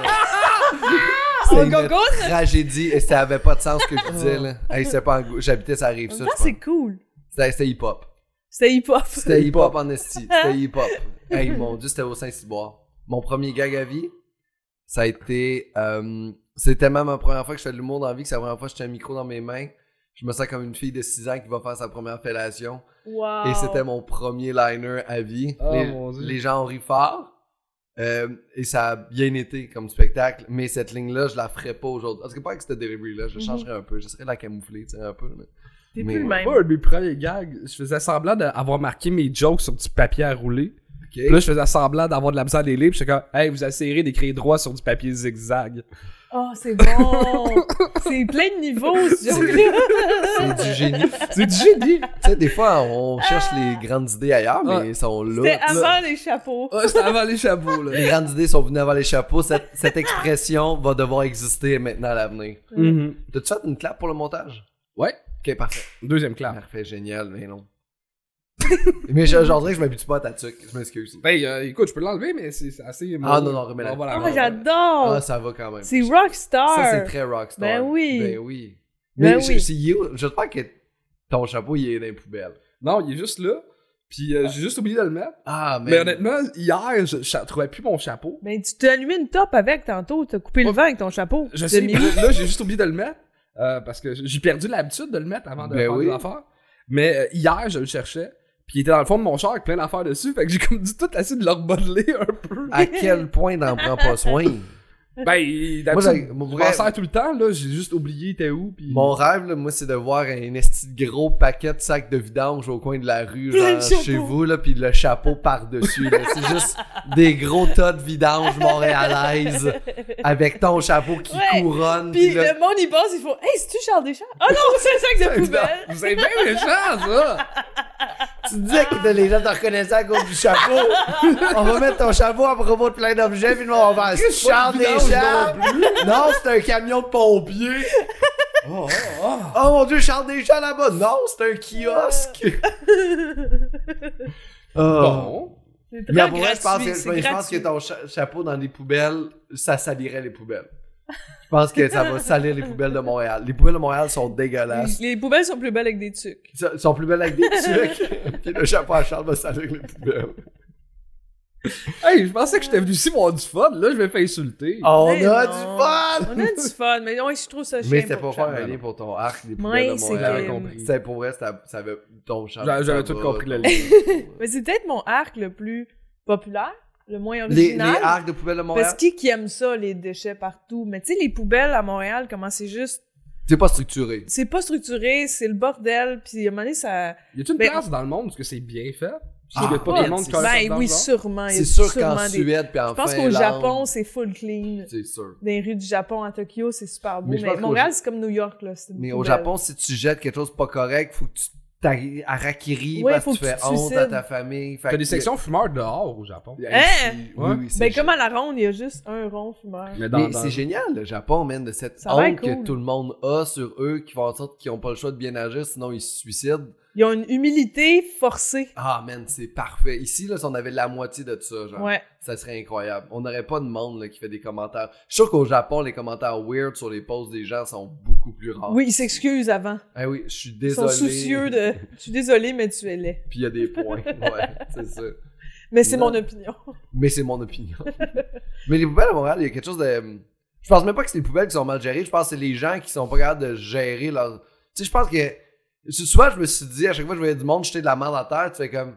C'est En une gogoune? tragédie et ça avait pas de sens ce que je disais, là. Hey, c'est pas en go- j'habitais ça arrive En ça. même temps, je c'est pense. cool. C'était, c'était hip-hop. C'était hip-hop. C'était hip-hop en esti. C'était hip-hop. Hey, mon Dieu, c'était au Saint-Cyboire. Mon premier gag à vie, ça a été... Euh, c'est tellement ma première fois que je fais de l'humour dans la vie que c'est la première fois que j'ai un micro dans mes mains. Je me sens comme une fille de six ans qui va faire sa première fellation. Wow. Et c'était mon premier liner à vie. Oh, les, mon Dieu. les gens ont ri fort. Euh, et ça a bien été comme spectacle. Mais cette ligne-là, je la ferais pas aujourd'hui. Parce que pas avec cette delivery-là, je Mhm. changerais un peu. J'essaierais de la camoufler, tu sais, un peu. là. T'es Mais plus le même. Moi, un de mes premiers gags, je faisais semblant d'avoir marqué mes jokes sur du papier à rouler. Ok. Puis là, je faisais semblant d'avoir de la misère à les lire. Puis j'étais comme, hey, vous essayerez d'écrire droit sur du papier zigzag. Oh, c'est bon! C'est plein de niveaux, ce joke-là! C'est du génie. C'est du génie! Tu sais, des fois, on cherche les grandes idées ailleurs, mais Ouais. ils sont là. C'était Là. avant les chapeaux. Ah, c'était avant les chapeaux, là. Les grandes idées sont venues avant les chapeaux. Cette, cette expression va devoir exister maintenant à l'avenir. Mhm. T'as-tu fait une clap pour le montage? Ouais. Ok, parfait. Deuxième clap. Parfait, génial, mais non. mais je, j'en dirais que je m'habitue pas à ta tuque. Je m'excuse. Ben, euh, écoute, je peux l'enlever, mais c'est c'est assez... Ah, non, non, remets-la. On va la Oh, remettre. j'adore! Ah, ça va quand même. C'est Rockstar! Ça, c'est très rockstar. Ben oui. Ben oui. Mais Ben je- oui. c'est you. J'espère que ton chapeau, il est dans les poubelles. Non, il est juste là. Puis euh, j'ai juste oublié de le mettre. Ah, mais. Mais honnêtement, hier, je, je trouvais plus mon chapeau. Ben, tu t'es allumé une top avec tantôt. T'as coupé le Ouais. vent avec ton chapeau. Je T'as sais, mis mais où? là, là, j'ai juste oublié de le mettre. euh, parce que j'ai perdu l'habitude de le mettre avant de Ben faire oui. des affaires. Mais euh, hier, je le cherchais. Puis il était dans le fond de mon char avec plein d'affaires dessus. Fait que j'ai comme dit tout essayé de le remodeler un peu. À quel point n'en prends pas soin? Ben, Moi, d'habitude, j'ai- mon je vrai- m'en sers tout le temps. Là, j'ai juste oublié t'es où. Puis... Mon rêve, là, moi, c'est de voir un esti de gros paquet de sacs de vidange au coin de la rue, Plein de genre chapeaux. chez vous, là, pis le chapeau par-dessus. là. C'est juste des gros tas de vidange montréalaises avec ton chapeau qui Ouais. couronne. Pis pis là- le monde y passe, ils font « Hey, c'est-tu Charles Deschamps? Oh non, c'est un sac de poubelle! Vous avez bien méchant, ça! Tu disais que les gens te reconnaissaient à cause du chapeau. On va mettre ton chapeau à propos de plein d'objets, puis nous, on va faire Qu'est-ce que Charles c'est pas de Deschamps. vidange Non, c'est un camion de pompiers. Oh, oh, oh. Oh mon dieu, Charles Deschamps là-bas. Non, c'est un kiosque. Oh. Bon. » C'est très Mais pour vrai, je pense, gratuit, que, c'est je pense que gratuit. ton cha- chapeau dans les poubelles, ça salirait les poubelles. Je pense que ça va salir les poubelles de Montréal. Les poubelles de Montréal sont dégueulasses. Les, les poubelles sont plus belles avec des tucs. Ils sont plus belles avec des trucs. Puis le chapeau à Charles va salir les poubelles. Hey, je pensais que j'étais venu ici voir du fun. Là, je vais faire insulter. On Mais a non. du fun! On a du fun, mais ouais, je trouve ça chiant. Mais c'était pour pour faire Charles. un lien pour ton arc des Ouais, poubelles de c'est Montréal. que- J'avais compris. C'était pour vrai, c'était- ça avait ton chapeau. J'avais- j'avais ça tout va, compris le ton- lien. Mais c'est peut-être mon arc le plus populaire, le moins Les, les original. arcs de poubelles de Montréal, Parce qui qui aime ça, les déchets partout? Mais tu sais, les poubelles à Montréal, comment c'est juste... c'est pas structuré. C'est pas structuré, c'est le bordel, puis à un moment donné, ça... Y a-t-il une Ben, place dans le monde où que c'est bien fait? Ah, Parce qu'il y a pas tout le monde qui a ça Ben dans oui, le genre? sûrement. il y a C'est sûr qu'en sûrement des- Suède puis en Je pense qu'au Finlande, Japon, c'est full clean. c'est sûr. Dans les rues du Japon, à Tokyo, c'est super beau. Mais Mais, je pense qu'au Montréal, Ja- c'est comme New York, là. c'est une Mais au poubelle. Japon, si tu jettes quelque chose de pas correct, faut que tu t'arri- harakiri Ouais, parce faut que tu que fais tu te honte à suicides. ta famille. Fait T'as des que- sections fumeurs dehors au Japon. Hey, Hein? c'est- Oui, oui, c'est Ben, gé- comme à la ronde, il y a juste un rond fumeur. Mais dans, Mais dans- c'est génial, le Japon, man, de cette Ça a l'air honte que cool. tout le monde a sur eux, qui font en sorte qu'ils ont pas le choix de bien agir, sinon ils se suicident. Ils ont une humilité forcée. Ah, man, c'est parfait. Ici, là, si on avait la moitié de ça, genre, Ouais. ça serait incroyable. On n'aurait pas de monde là, qui fait des commentaires. Je suis sûr qu'au Japon, les commentaires weird sur les posts des gens sont beaucoup plus rares. Oui, ils s'excusent avant. Ah oui, je suis Ils désolé. sont soucieux de... Je suis désolé, mais tu es laid. Puis il y a des points. Ouais, c'est ça. Mais c'est Non. mon opinion. Mais c'est mon opinion. Mais les poubelles à Montréal, il y a quelque chose de. Je pense même pas que c'est les poubelles qui sont mal gérées. Je pense que c'est les gens qui sont pas capables de gérer leur. Tu sais, je pense que. Souvent, je me suis dit, à chaque fois que je voyais du monde jeter de la merde à terre, tu fais comme.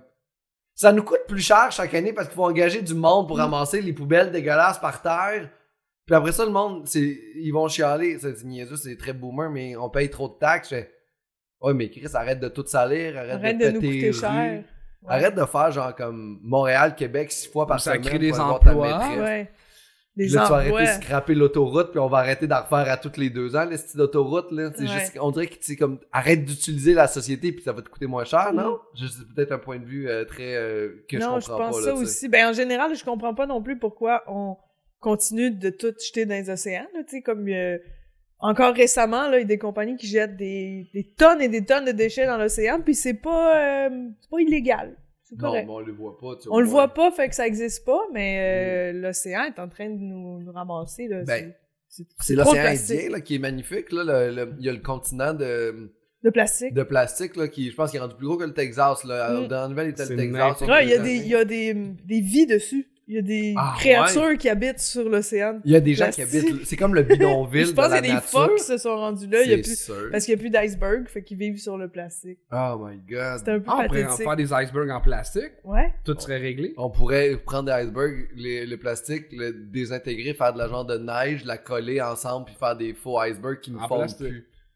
Ça nous coûte plus cher chaque année parce qu'il faut engager du monde pour ramasser les poubelles dégueulasses par terre. Puis après ça, le monde, c'est, ils vont chialer. C'est niaiseux, c'est très boomer, mais on paye trop de taxes. Je fais, ouais, mais Chris, arrête de tout salir, arrête, Arrête de, de nous péter coûter les cher. rues. Ouais. Arrête de faire genre comme Montréal, Québec six fois par Ça semaine. crée des pour aller voir ta emplois. maîtresse. Ouais. Puis Des là, tu vas emplois. arrêter de scraper l'autoroute, puis on va arrêter d'en refaire à tous les deux ans, le style d'autoroute. Là. C'est Ouais. juste, on dirait que tu sais, comme, arrête d'utiliser la société, puis ça va te coûter moins cher, non? Mm. Je- C'est peut-être un point de vue euh, très euh, que non, je je comprends pense pas. ça là, tu sais. aussi. Ben, en général, je comprends pas non plus pourquoi on continue de tout jeter dans les océans. Là, tu sais, comme euh, encore récemment, là, il y a des compagnies qui jettent des, des tonnes et des tonnes de déchets dans l'océan, puis c'est pas, euh, c'est pas illégal. C'est Non, correct. mais on le voit pas. Tu On le vois. voit pas, fait que ça existe pas, mais euh, l'océan est en train de nous, nous ramasser. Là. Ben, c'est, C'est trop de l'océan plastique. Indien là, qui est magnifique. Là, le- le- il y a le continent de, De plastique. de plastique là, qui, je pense, qu'il est rendu plus gros que le Texas. Là. Mm. Dans la nouvelle, il était C'est le Texas. n'importe Ouais, il y a Dans- des, il y a des, des vies dessus. Il y a des Ah, créatures qui habitent sur l'océan. Il y a des gens qui Plastique. habitent. C'est comme le bidonville Je de pense la qu'il y a des nature. phoques qui se sont rendus là. Il y a C'est plus... sûr. Parce qu'il n'y a plus d'iceberg, fait qu'ils vivent sur le plastique. Oh my god. C'est un peu Ah, on pourrait en pathétique. faire des icebergs en plastique. Ouais. Tout serait réglé. On pourrait prendre des icebergs, les- le plastique, le désintégrer, faire de la genre de neige, la coller ensemble, puis faire des faux icebergs qui ne En fondent plastique. plus.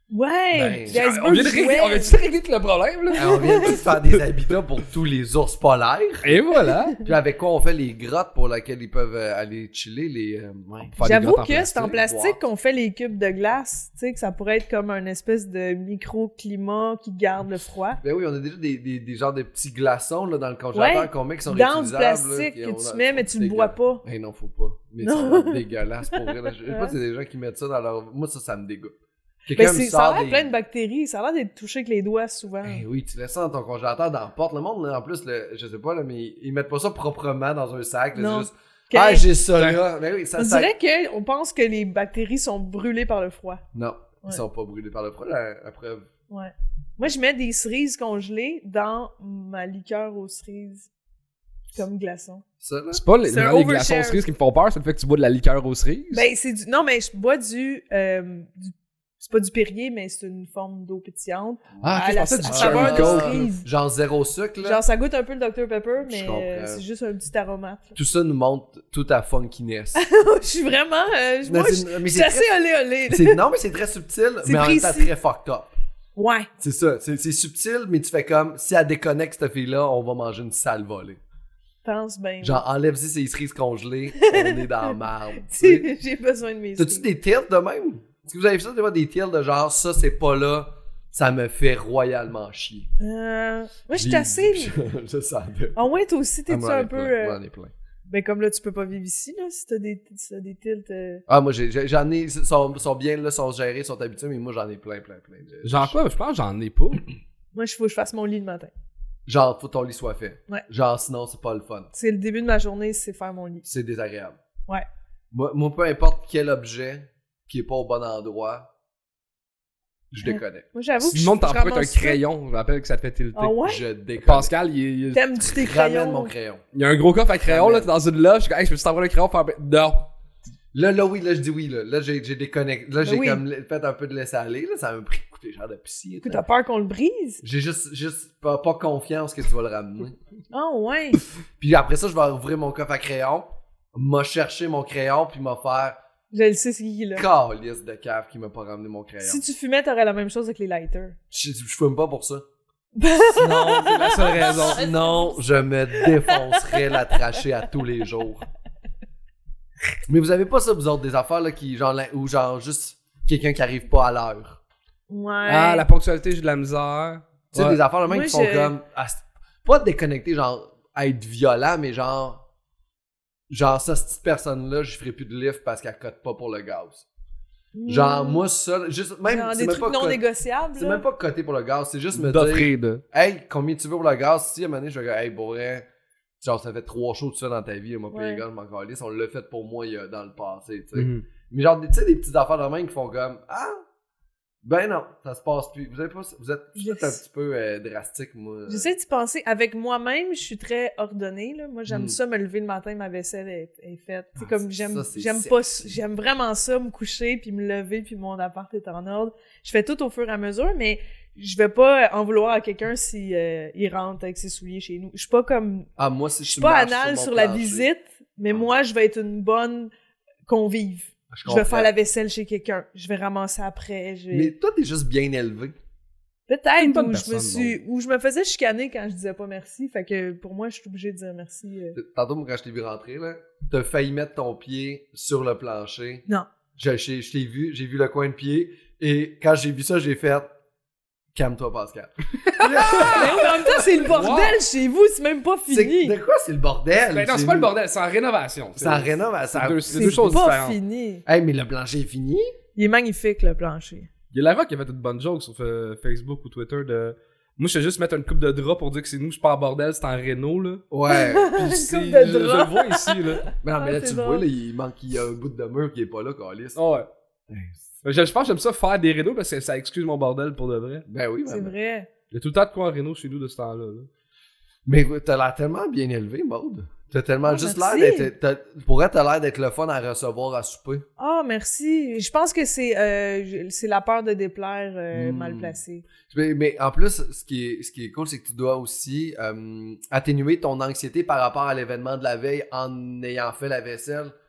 Ouais! Ben, les icebergs On vient de régler, jouaient. on vient de régler tout le problème, là. on vient de faire des habitats pour tous les ours polaires. Et voilà. Puis avec quoi on fait les grottes pour lesquelles ils peuvent euh, aller chiller, les... euh, ouais. Faire des J'avoue grottes en que c'est en plastique, plastique qu'on fait les cubes de glace, tu sais, que ça pourrait être comme un espèce de microclimat qui garde le froid. Ben oui, on a déjà des, des, des genres de petits glaçons là, dans le congélateur Ouais, qu'on met qui sont dans du réutilisables. plastique là, que on tu a- mets, mais tu le bois pas. Eh non, faut pas. Mais Non. ça va être dégueulasse pour vrai. là. Je sais pas si c'est des gens qui mettent ça dans leur... Moi, ça, ça me dégoûte. Ben, Quelqu'un me c'est- ça a sort l'air des... plein de bactéries, ça a l'air d'être touché avec les doigts souvent. Eh oui, tu laisses ça dans ton congélateur, dans la porte. Le monde, là, en plus, le, je sais pas, là, mais ils mettent pas ça proprement dans un sac. là, Non. C'est juste, Que- ah, j'ai ça là. Ben oui, ça, On ça... dirait qu'on pense que les bactéries sont brûlées par le froid. Non, ils Ouais. sont pas brûlés par le froid, la, la preuve. Ouais. Moi, je mets des cerises congelées dans ma liqueur aux cerises. Comme glaçon. Ça, là. C'est pas les, C'est un les glaçons overshare. aux cerises qui me font peur, c'est le fait que tu bois de la liqueur aux cerises. Ben, c'est du... Non, mais je bois du... euh, du... C'est pas du Perrier, mais c'est une forme d'eau pétillante. ah, à ok, je la pensais du à Cherry saveur de Coke, cerise. Genre zéro sucre, là. Genre, ça goûte un peu le docteur Pepper, Je mais comprends. euh, c'est juste un petit aromate. Tout ça nous montre toute ta funkiness. Je suis vraiment... euh, Mais moi, je c'est- mais je suis c'est assez olé olé. C'est- Non, mais c'est très subtil, C'est mais en même temps précis. très fucked up. Ouais. C'est ça, c'est c'est subtil, mais tu fais comme, si elle déconnecte cette fille-là, on va manger une sale volée. Pense bien. Genre, enlève-y ses cerises congelées, on est dans la merde. tu sais. J'ai besoin de mes T'as-tu cerises. des tilts de même? Est-ce que vous avez vu ça, des fois, des tilts de genre, ça, c'est pas là, ça me fait royalement chier. Euh, moi, je suis J'ai- assez... Je, je sens de... Ah ouais, toi aussi, Ah, t'es-tu moi, j'en ai un peu... plein, euh, moi, j'en ai plein. Ben, comme là, tu peux pas vivre ici, là, si t'as des, si t'as des tilts... euh, Ah, moi, j'ai- j'ai- j'en ai, ils sont, sont bien là, sont gérés, sont habitués, mais moi, j'en ai plein, plein, plein. de- Genre quoi? Je pense que j'en ai pas. Moi, il faut que je fasse mon lit le matin. Genre, faut que ton lit soit fait. Ouais. Genre, sinon, c'est pas le fun. C'est le début de ma journée, c'est faire mon lit. C'est désagréable. Ouais. Moi, moi, peu importe quel objet qui est pas au bon endroit, je Hein? déconnecte. Moi, j'avoue que je, Sinon, je t'empruntes un ramasse ça. crayon. Je me rappelle que ça te fait tilter. Ah ouais? Je déconnecte. Pascal, il, il- T'aimes-tu tes Ramène crayons? mon crayon. il y a un gros coffre à crayon, là, t'es dans une loge. Je suis comme, hey, je peux t'emprunter un crayon pour faire. Non. Là, là, oui, là, je dis oui, là. Là, j'ai, j'ai déconnecté. Là, Ben j'ai oui. comme fait un peu de laisser aller, là. Ça m'a pris écoutez, genre de psy. Écoute, t'as peur qu'on le brise? J'ai juste, juste pas, pas confiance que tu vas le ramener. Ah ouais! Puis après ça, je vais ouvrir mon coffre à crayon, m'a chercher mon crayon, puis m'a faire Je le sais, c'est qui là. calice de cave qui m'a pas ramené mon crayon. Si tu fumais, t'aurais la même chose avec les lighters. Je, je fume pas pour ça. Non, c'est la seule raison. Sinon, je me défoncerais la trachée à tous les jours. Mais vous avez pas ça, vous autres, des affaires là, qui, genre, là, ou genre juste quelqu'un qui arrive pas à l'heure. Ouais. Ah, la ponctualité, j'ai de la misère. Tu sais, Ouais. des affaires là même Moi, qui font je- comme. ah, c'est- pas déconnecter, genre, être violent, mais genre. Genre, ça, cette personne-là, je ferai plus de lift parce qu'elle cote pas pour le gaz. Genre, Hmm. moi, ça, juste, même, Genre c'est des même trucs pas non cote- négociables. c'est là. même pas coter pour le gaz, c'est juste me dire, D'offrir de. hey, combien tu veux pour le gaz? Si à un moment donné, je vais dire, hey, pour vrai, genre, ça fait trois shows tout ça dans ta vie, moi, pas Ouais. les gars, je m'en calisse, on l'a fait pour moi il y a- dans le passé, tu sais. Mhm. Mais genre, tu sais, des petites affaires de même qui font comme, ah, ben non, ça se passe plus. Vous, avez pas, vous êtes vous êtes un Yes. petit peu euh, drastique, moi. J'essaie d'y penser. Avec moi-même, je suis très ordonnée. Là. Moi, j'aime Hmm. ça, me lever le matin, ma vaisselle est, est faite. C'est Ah, comme c'est- j'aime, ça, c'est j'aime sexy. pas, j'aime vraiment ça, me coucher puis me lever puis mon appart est en ordre. Je fais tout au fur et à mesure, mais je vais pas en vouloir à quelqu'un si euh, il rentre avec ses souliers chez nous. Je suis pas comme, Ah, moi, si je suis tu pas marches anale mon sur la plancher, visite, mais Ah. moi, je vais être une bonne convive. je Je vais comprends. faire la vaisselle chez quelqu'un. Je vais ramasser après. Je vais... Mais toi, t'es juste bien élevé. Peut-être une bonne où je me personne, suis, où je me faisais chicaner quand je disais pas merci. Fait que pour moi, je suis obligée de dire merci. euh. Tantôt, moi, quand je t'ai vu rentrer, là, t'as failli mettre ton pied sur le plancher. Non. Je, je, je t'ai vu, j'ai vu le coin de pied, et quand j'ai vu ça, j'ai fait calme-toi, Pascal. Mais oui, mais en même temps, c'est le bordel chez vous, c'est même pas C'est- fini. de quoi c'est le bordel? Ben non, chez c'est pas le nous? bordel, c'est en rénovation. C'est en rénovation. C'est deux, C'est c'est deux choses pas différentes. fini. Hey, mais le plancher est fini? Il est magnifique, le plancher. Il y a Lara qui a fait une bonne joke sur euh, Facebook ou Twitter de. Moi, je fais juste mettre une coupe de drap pour dire que c'est nous, je pars en bordel, c'est en réno, là. Ouais. Puis Une c'est- coupe de je, je drap. le vois ici, là. Mais non, mais là, Ah, c'est tu le drôle. vois, là, il manque, il y a un bout de mur qui est pas là, Calis. Ah ouais. Je, je pense que j'aime ça faire des rénaux parce que ça excuse mon bordel pour de vrai. Ben oui, C'est ben, vrai. Il y a tout le temps de quoi en réno chez nous de ce temps-là. Là. mais t'as l'air tellement bien élevé, Maude. T'as tellement Oh, juste merci. l'air d'être. t'as- Pour elle, t'as l'air d'être le fun à recevoir à souper. Ah, merci. Je pense que c'est euh, je- c'est la peur de déplaire euh, Hmm. mal placée. Mais, mais en plus, ce qui est, ce qui est cool, c'est que tu dois aussi euh, atténuer ton anxiété par rapport à l'événement de la veille en ayant fait la vaisselle.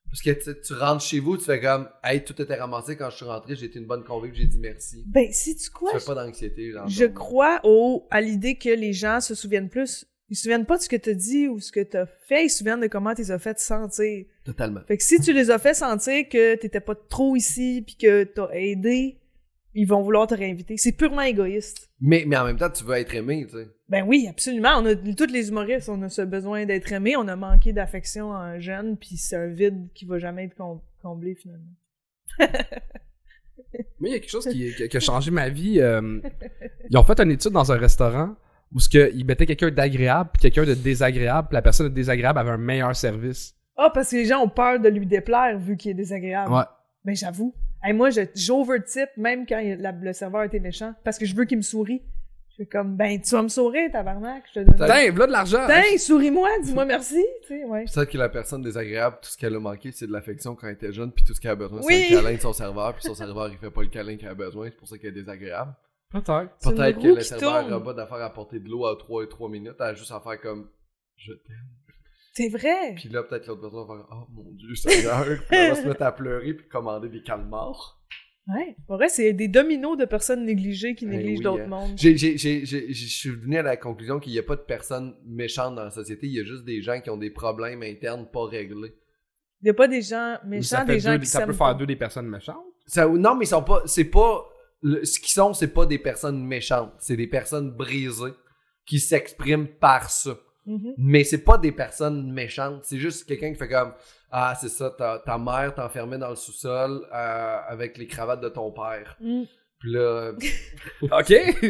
Parce que tu, tu rentres chez vous, tu fais comme « Hey, tout était ramassé quand je suis rentré, j'ai été une bonne convive, j'ai dit merci. » Ben, si tu quoi? Tu fais pas d'anxiété. Genre, Je genre. crois au, à l'idée que les gens se souviennent plus. Ils se souviennent pas de ce que t'as dit ou ce que t'as fait, ils se souviennent de comment tu les as fait sentir. Totalement. Fait que si tu les as fait sentir que t'étais pas trop ici pis que t'as aidé, ils vont vouloir te réinviter. C'est purement égoïste. Mais, mais en même temps, tu veux être aimé, tu sais. Ben oui, absolument. On a, tous les humoristes, on a ce besoin d'être aimé, on a manqué d'affection en jeune, puis c'est un vide qui va jamais être com- comblé finalement. Moi, il y a quelque chose qui, qui- qui a changé ma vie. euh, ils ont fait une étude dans un restaurant où ce que, ils mettaient quelqu'un d'agréable puis quelqu'un de désagréable, puis la personne de désagréable avait un meilleur service. Ah, parce que les gens ont peur de lui déplaire vu qu'il est désagréable. Ouais. Ben j'avoue. Hey, moi, je, j'overtip même quand il- la- le serveur était méchant parce que je veux qu'il me sourie. Je fais comme, ben tu vas me sourire, tabarnak. Je te donne. Putain, voilà de l'argent! Tiens, souris-moi, dis-moi merci. Tu sais, ouais. Peut-être que la personne désagréable, tout ce qu'elle a manqué, c'est de l'affection quand elle était jeune, puis tout ce qu'elle a besoin, Oui. c'est le câlin de son serveur, puis son serveur, il fait pas le câlin qu'elle a besoin, c'est pour ça qu'elle est désagréable. Peut-être. C'est une Peut-être que roue le qui serveur tourne. n'a pas d'affaire à porter de l'eau à trois et trois minutes, elle a juste à faire comme « Je t'aime ». C'est vrai. Puis là, peut-être l'autre personne va faire « Oh mon Dieu, Seigneur », puis elle va se mettre à pleurer, puis commander des calmars. Ouais. Pour vrai, c'est des dominos de personnes négligées qui Eh négligent oui, d'autres hein. mondes. J'ai- j'ai- j'ai- j'ai- Je suis venu à la conclusion qu'il n'y a pas de personnes méchantes dans la société, il y a juste des gens qui ont des problèmes internes pas réglés. Il y a pas des gens méchants, Ça, fait des gens deux- qui ça peut s'aiment faire pas. deux des personnes méchantes. Ça, non, mais ils sont pas. C'est pas. le- ce qu'ils sont, c'est pas des personnes méchantes. C'est des personnes brisées qui s'expriment par ça. Mhm. Mais c'est pas des personnes méchantes. C'est juste quelqu'un qui fait comme Ah, c'est ça, ta, ta mère t'enfermait dans le sous-sol euh, avec les cravates de ton père. Mm. Puis là. OK!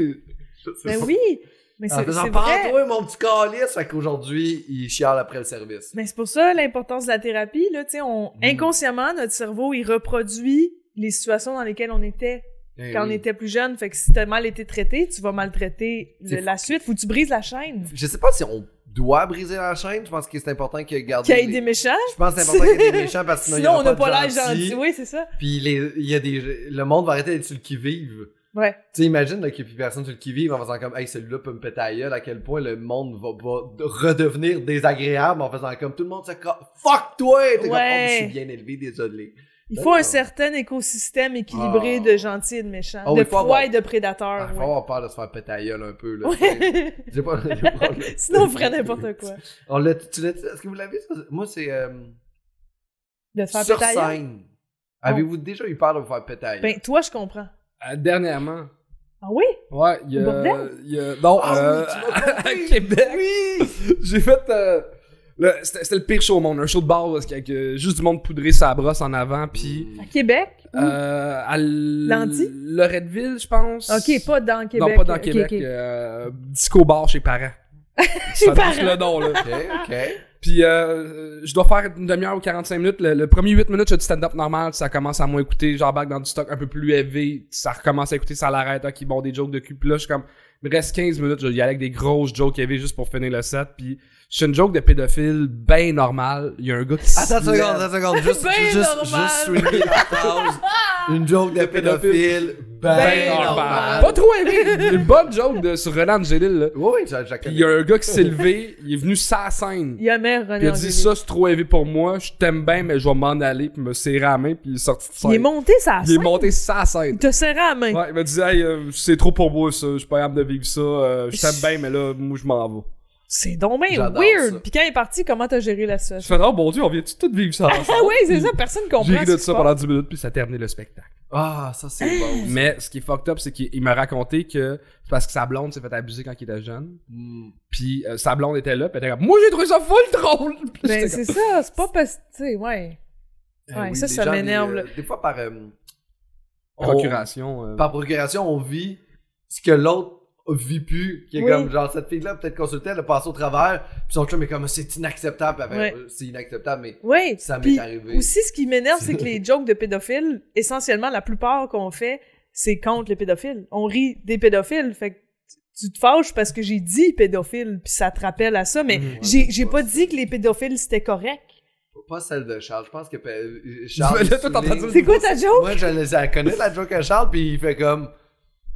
je sais Ben pas. oui, mais En c'est, faisant c'est pas vrai. toi, mon petit calice. Fait qu'aujourd'hui, il chiale après le service. Mais c'est pour ça l'importance de la thérapie. Là, tu sais, on, Mm. inconsciemment, notre cerveau, il reproduit les situations dans lesquelles on était Eh quand on oui. était plus jeune. Fait que si t'as mal été traité, tu vas maltraiter le- C'est la suite. Faut que tu brises la chaîne. Je sais pas si on doit briser la chaîne. Je pense que c'est important qu'il y ait gardé. Qu'il y ait les- des méchants. Je pense que c'est important qu'il y ait des méchants parce que sinon, il y Sinon, aura on n'a pas pas de l'air gentils. gentil. Oui, c'est ça. Puis les, il y a des, le monde va arrêter d'être sur le qui-vive. Ouais. Tu sais, imagine là, qu'il n'y a plus personne sur le qui-vive en faisant comme Hey, celui-là peut me péter à la gueule, à quel point le monde va, va redevenir désagréable en faisant comme tout le monde se cra- Fuck toi! T'es comme, oh, Ouais. je suis bien élevé, désolé. Il faut un D'accord. certain écosystème équilibré Ah. de gentils et de méchants. Ah oui, de faut proies avoir- et de Il prédateurs. faut ouais. avoir peur de se faire péter à la gueule un peu. Là, Ouais. tu sais. J'ai pas, j'ai pas- Sinon, on ferait n'importe quoi. On l'a, tu l'as, est-ce que vous l'avez ça? Moi, c'est euh, De te faire sur péter la gueule. scène. Avez-vous déjà eu peur de vous faire péter à la gueule? Ben, toi, je comprends. Euh, dernièrement. Ah oui? Ouais, il y Au a. bordel? il y a non, Ah euh, oui, tu m'as à compris. Québec. Oui! J'ai fait. euh, le- c'était, c'était le pire show au monde. Un show de bar où avec euh, juste du monde poudré sa brosse en avant. Puis. À Québec? Euh, à L- Lanty? Loretteville, je pense. Ok, pas dans Québec. Non, pas dans Ok, Québec. ok. Euh, Disco bar chez parents. Chez Ça parents. donne le nom, là. Ok, ok. Puis euh, je dois faire une demi-heure ou quarante-cinq minutes. Le, le premier huit minutes, j'ai du stand-up normal. Ça commence à moins écouter. J'embarque dans du stock un peu plus élevé. Ça recommence à écouter, ça l'arrête. Ok, bon, des jokes de cul. Puis là, je suis comme, il me reste quinze minutes. Je vais y aller avec des grosses jokes élevées juste pour finir le set. Puis je suis une joke de pédophile ben normale. Il y a un gars qui Attends une se lève. seconde, attends une seconde. Juste, Ben juste, normal. juste souligner la phrase. Une joke de pédophile. Ben, Ben normal. normal. Pas trop élevé. Une bonne joke de, sur Renan Angélil, là. Oui, oui, j'ai, j'ai Puis il y a un gars qui s'est levé. Il est venu sa scène. Il y a mère René Puis il a dit Angélil. ça, c'est trop élevé pour moi. Je t'aime bien, mais je vais m'en aller. Puis il me serré à la main. Puis il est sorti de scène. Il est monté sa Il est scène. monté sa scène. Il te serrait à la main. Ouais, il m'a dit, hey, euh, c'est trop pour moi, ça. Je suis pas capable de vivre ça. Euh, je t'aime bien, mais là, moi, je m'en vais. C'est donc bien J'adore weird. ça. Puis quand il est parti, comment t'as géré la Je situation? fais, oh mon dieu, on vient tout vivre ça ensemble. Ah oui, c'est ça, personne comprend. J'ai ri ce de qui ça se pendant passe. dix minutes, puis ça a terminé le spectacle. Ah, ça c'est bon. Mais ce qui est fucked up, c'est qu'il il m'a raconté que c'est parce que sa blonde s'est fait abuser quand il était jeune. Hmm. Puis euh, sa blonde était là, puis elle était comme, moi j'ai trouvé ça full drôle. Puis Ben, j'étais c'est comme, ça, c'est pas parce que, tu sais, ouais. Eh Ouais, oui, ça, les ça gens, m'énerve, Des, là. euh, des fois, par, euh, on- Procuration. euh, par procuration, on vit ce que l'autre vit plus. Qui est Oui. comme, genre, cette fille-là, peut-être consultée, elle a passé au travers. Puis son chum est comme, c'est inacceptable. Elle fait, Ouais. euh, c'est inacceptable, mais Ouais. ça m'est Puis arrivé. aussi, ce qui m'énerve, c'est que les jokes de pédophiles, essentiellement, la plupart qu'on fait, c'est contre les pédophiles. On rit des pédophiles, fait que tu te fâches parce que j'ai dit pédophile, puis ça te rappelle à ça, mais Mmh, j'ai, ouais, j'ai c'est pas pas dit que les pédophiles, c'était correct. Pas celle de Charles. Je pense que euh, Charles. Là, toi, t'es en train de souligne- C'est quoi ta joke? Moi, je la connais, la joke à Charles, puis il fait comme.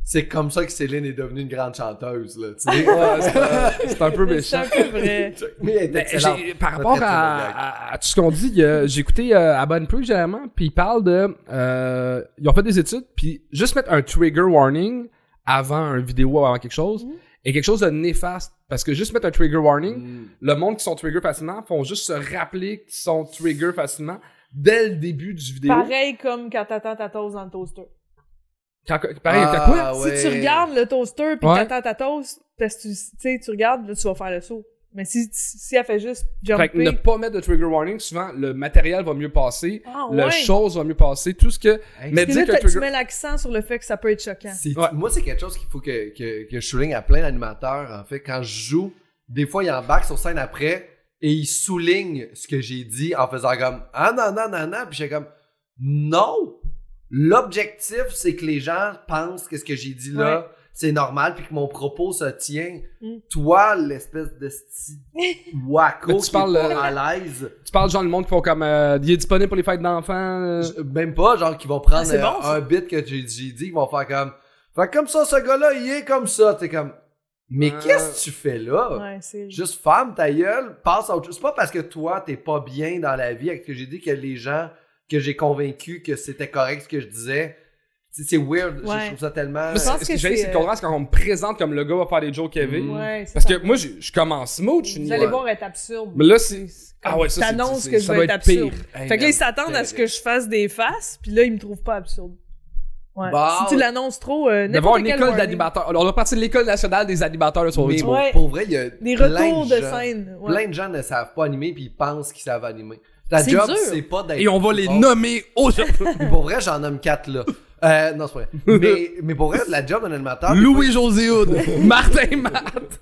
c'est comme ça que Céline est devenue une grande chanteuse, là, tu sais. Ouais, c'est, un, c'est un peu C'est méchant. un peu vrai. Mais elle est Mais excellente. j'ai- par Très, rapport très, très à, bonne blague. à- à tout ce qu'on dit, il y a- j'ai écouté euh, à Bonne Peu généralement, puis ils parlent de... Euh, ils ont fait des études, puis juste mettre un trigger warning avant une vidéo, avant quelque chose, Mhm. est quelque chose de néfaste. Parce que juste mettre un trigger warning, Mm. le monde qui sont trigger facilement font juste se rappeler qu'ils sont trigger facilement dès le début du vidéo. Pareil comme quand t'attends ta toast dans le toaster. Quand- pareil, Ah, quand quoi? ouais. Si tu regardes le toaster pis Ouais. t'attends ta toast, parce que tu tu sais, tu regardes, là, tu vas faire le saut. Mais si, si elle fait juste Fait que ne jumper... pas mettre de trigger warning, souvent, le matériel va mieux passer, Ah, la ouais. chose va mieux passer, tout ce que... Hey, mais Puis dire là, qu'un t'as- tu trigger... mets l'accent sur le fait que ça peut être choquant. C'est- Ouais. Moi, c'est quelque chose qu'il faut que, que, que je souligne à plein d'animateurs. En fait, quand je joue, des fois, ils embarquent sur scène après et ils soulignent ce que j'ai dit en faisant comme « Ah non, non, non, non », puis j'ai comme « Non! L'objectif, c'est que les gens pensent que ce que j'ai dit là, Ouais. c'est normal puis que mon propos se tient. Mm. Toi, l'espèce de sti- wacko Mais tu qui parles, est pas euh, à l'aise, Tu parles genre le monde qui font comme... Euh, il est disponible pour les fêtes d'enfants. euh. je- même pas, genre, qui vont prendre Ah, c'est bon, euh, ça. un bit que j'ai j'ai dit, ils vont faire comme « Fait comme ça, ce gars-là, il est comme ça. » T'es comme « Mais Euh. qu'est-ce que tu fais là? Ouais, c'est... Juste ferme ta gueule, passe à autre chose. C'est pas parce que toi, t'es pas bien dans la vie avec ce que j'ai dit que les gens que j'ai convaincus que c'était correct ce que je disais. C'est, c'est weird. Je- Ouais. Je trouve ça tellement. Mais Je pense c'est- ce que que j'ai, c'est, c'est euh, le contraire, c'est quand on me présente comme le gars va faire des jokes heavy. Mm. Ouais, c'est Parce ça. que moi, je, je commence smooth. Je suis Vous une- allez Ouais. voir être absurde. Mais là, c'est... Ah Comme ouais, ça, c'est- t'annonces c'est- que je ça vais va être être pire. absurde. Hey, Fait que là, man, ils s'attendent à ce que je fasse des faces, puis là, ils me trouvent pas absurde. Ouais. Bon. Si tu l'annonces trop, euh, D'avoir n'importe une quel école warning. d'animateurs. On a parti de l'école nationale des animateurs de soirée Mais du pour, Ouais. pour vrai, il y a Des plein retours de, gens- scène. Ouais. Plein de gens ne savent pas animer puis ils pensent qu'ils savent animer. Ta C'est job, dur. c'est pas d'être. Et on va les bon. nommer aujourd'hui. Puis pour vrai, j'en nomme quatre là. Euh, non, c'est pas vrai. Mais, mais pour vrai, la job d'un animateur. Louis-José Hood, Martin Matt,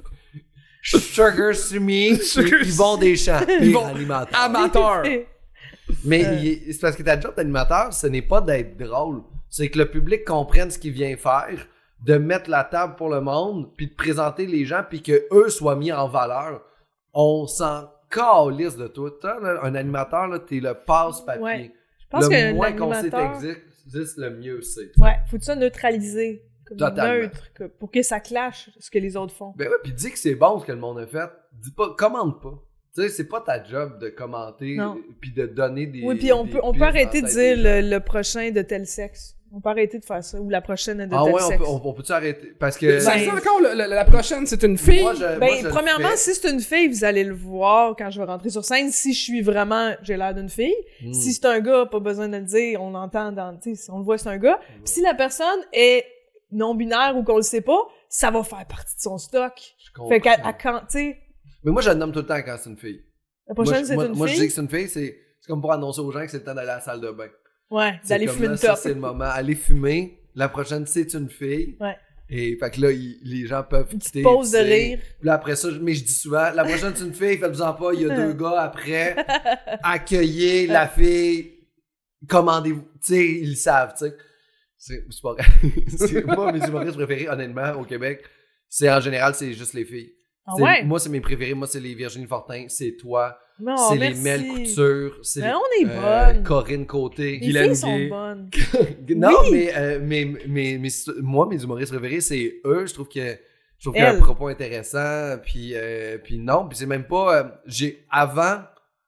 Sugar Sumi, Sugar Yvon Deschamps. Yvon- Yvon animateur. amateur. Mais Euh. il- c'est parce que ta job d'animateur, ce n'est pas d'être drôle. C'est que le public comprenne ce qu'il vient faire, de mettre la table pour le monde, puis de présenter les gens, puis que eux soient mis en valeur. On s'en calisse de toi. Toi, là, un animateur, là, t'es le passe-papier. Ouais. Je pense le que moins qu'on sait l'animateur... existe, le mieux c'est. Ouais, faut ça neutraliser. Comme Totalement. neutre, que- pour que ça clash ce que les autres font. Ben ouais, puis dis que c'est bon ce que le monde a fait. Dis pas, commande pas. Tu sais, c'est pas ta job de commenter Non. puis de donner des. Oui, puis on des peut, on peut pistes arrêter dans de la tête dire des gens. le, le prochain de tel sexe. On peut arrêter de faire ça. Ou la prochaine est de Ah tel ouais, on sexe. peut, on, on peut-tu arrêter? Parce que. Ça Ben, dit encore, le- le- la prochaine, c'est une fille. Moi, je- moi, Ben, je le premièrement, fais. si c'est une fille, vous allez le voir quand je vais rentrer sur scène. Si je suis vraiment, j'ai l'air d'une fille. Hmm. Si c'est un gars, pas besoin de le dire, on entend dans, tu sais, on le voit, c'est un gars. Puis si la personne est non-binaire ou qu'on le sait pas, ça va faire partie de son stock. Je comprends. Fait qu'à à quand, tu sais, Mais moi, je le nomme tout le temps quand c'est une fille. la Moi, prochaine, je- c'est moi, une moi, je dis fille. que c'est une fille, c'est c'est comme pour annoncer aux gens que c'est le temps d'aller à la salle de bain. Ouais, C'est d'aller comme fumer là, une ça, top. c'est le moment. Aller fumer. La prochaine, c'est une fille. Ouais. Et fait que là, il- les gens peuvent Une petite quitter. pause de tu sais. rire. Puis là, après ça, je- mais je dis souvent, la prochaine, c'est une fille, faites-vous-en pas, il y a deux gars après. Accueillez la fille, commandez-vous. Tu sais, ils le savent, tu sais. C'est c'est pas vrai. C'est- Moi, mes humoristes préférés, honnêtement, au Québec, c'est en général, c'est juste les filles. Ah C'est- ouais? Moi, c'est mes préférés. Moi, c'est les Virginie Fortin, c'est toi, Non, c'est merci. les Mel Couture, c'est Mais les- on est euh, bonnes. Corinne Côté. Les Guylaine filles sont Gay. bonnes. Non, Oui. mais, euh, mais, mais, mais moi, mes humoristes préférés, c'est eux. Je trouve que je trouve qu'il y a un Elle. propos intéressant. Puis, euh, puis non, puis c'est même pas. euh, j'ai avant.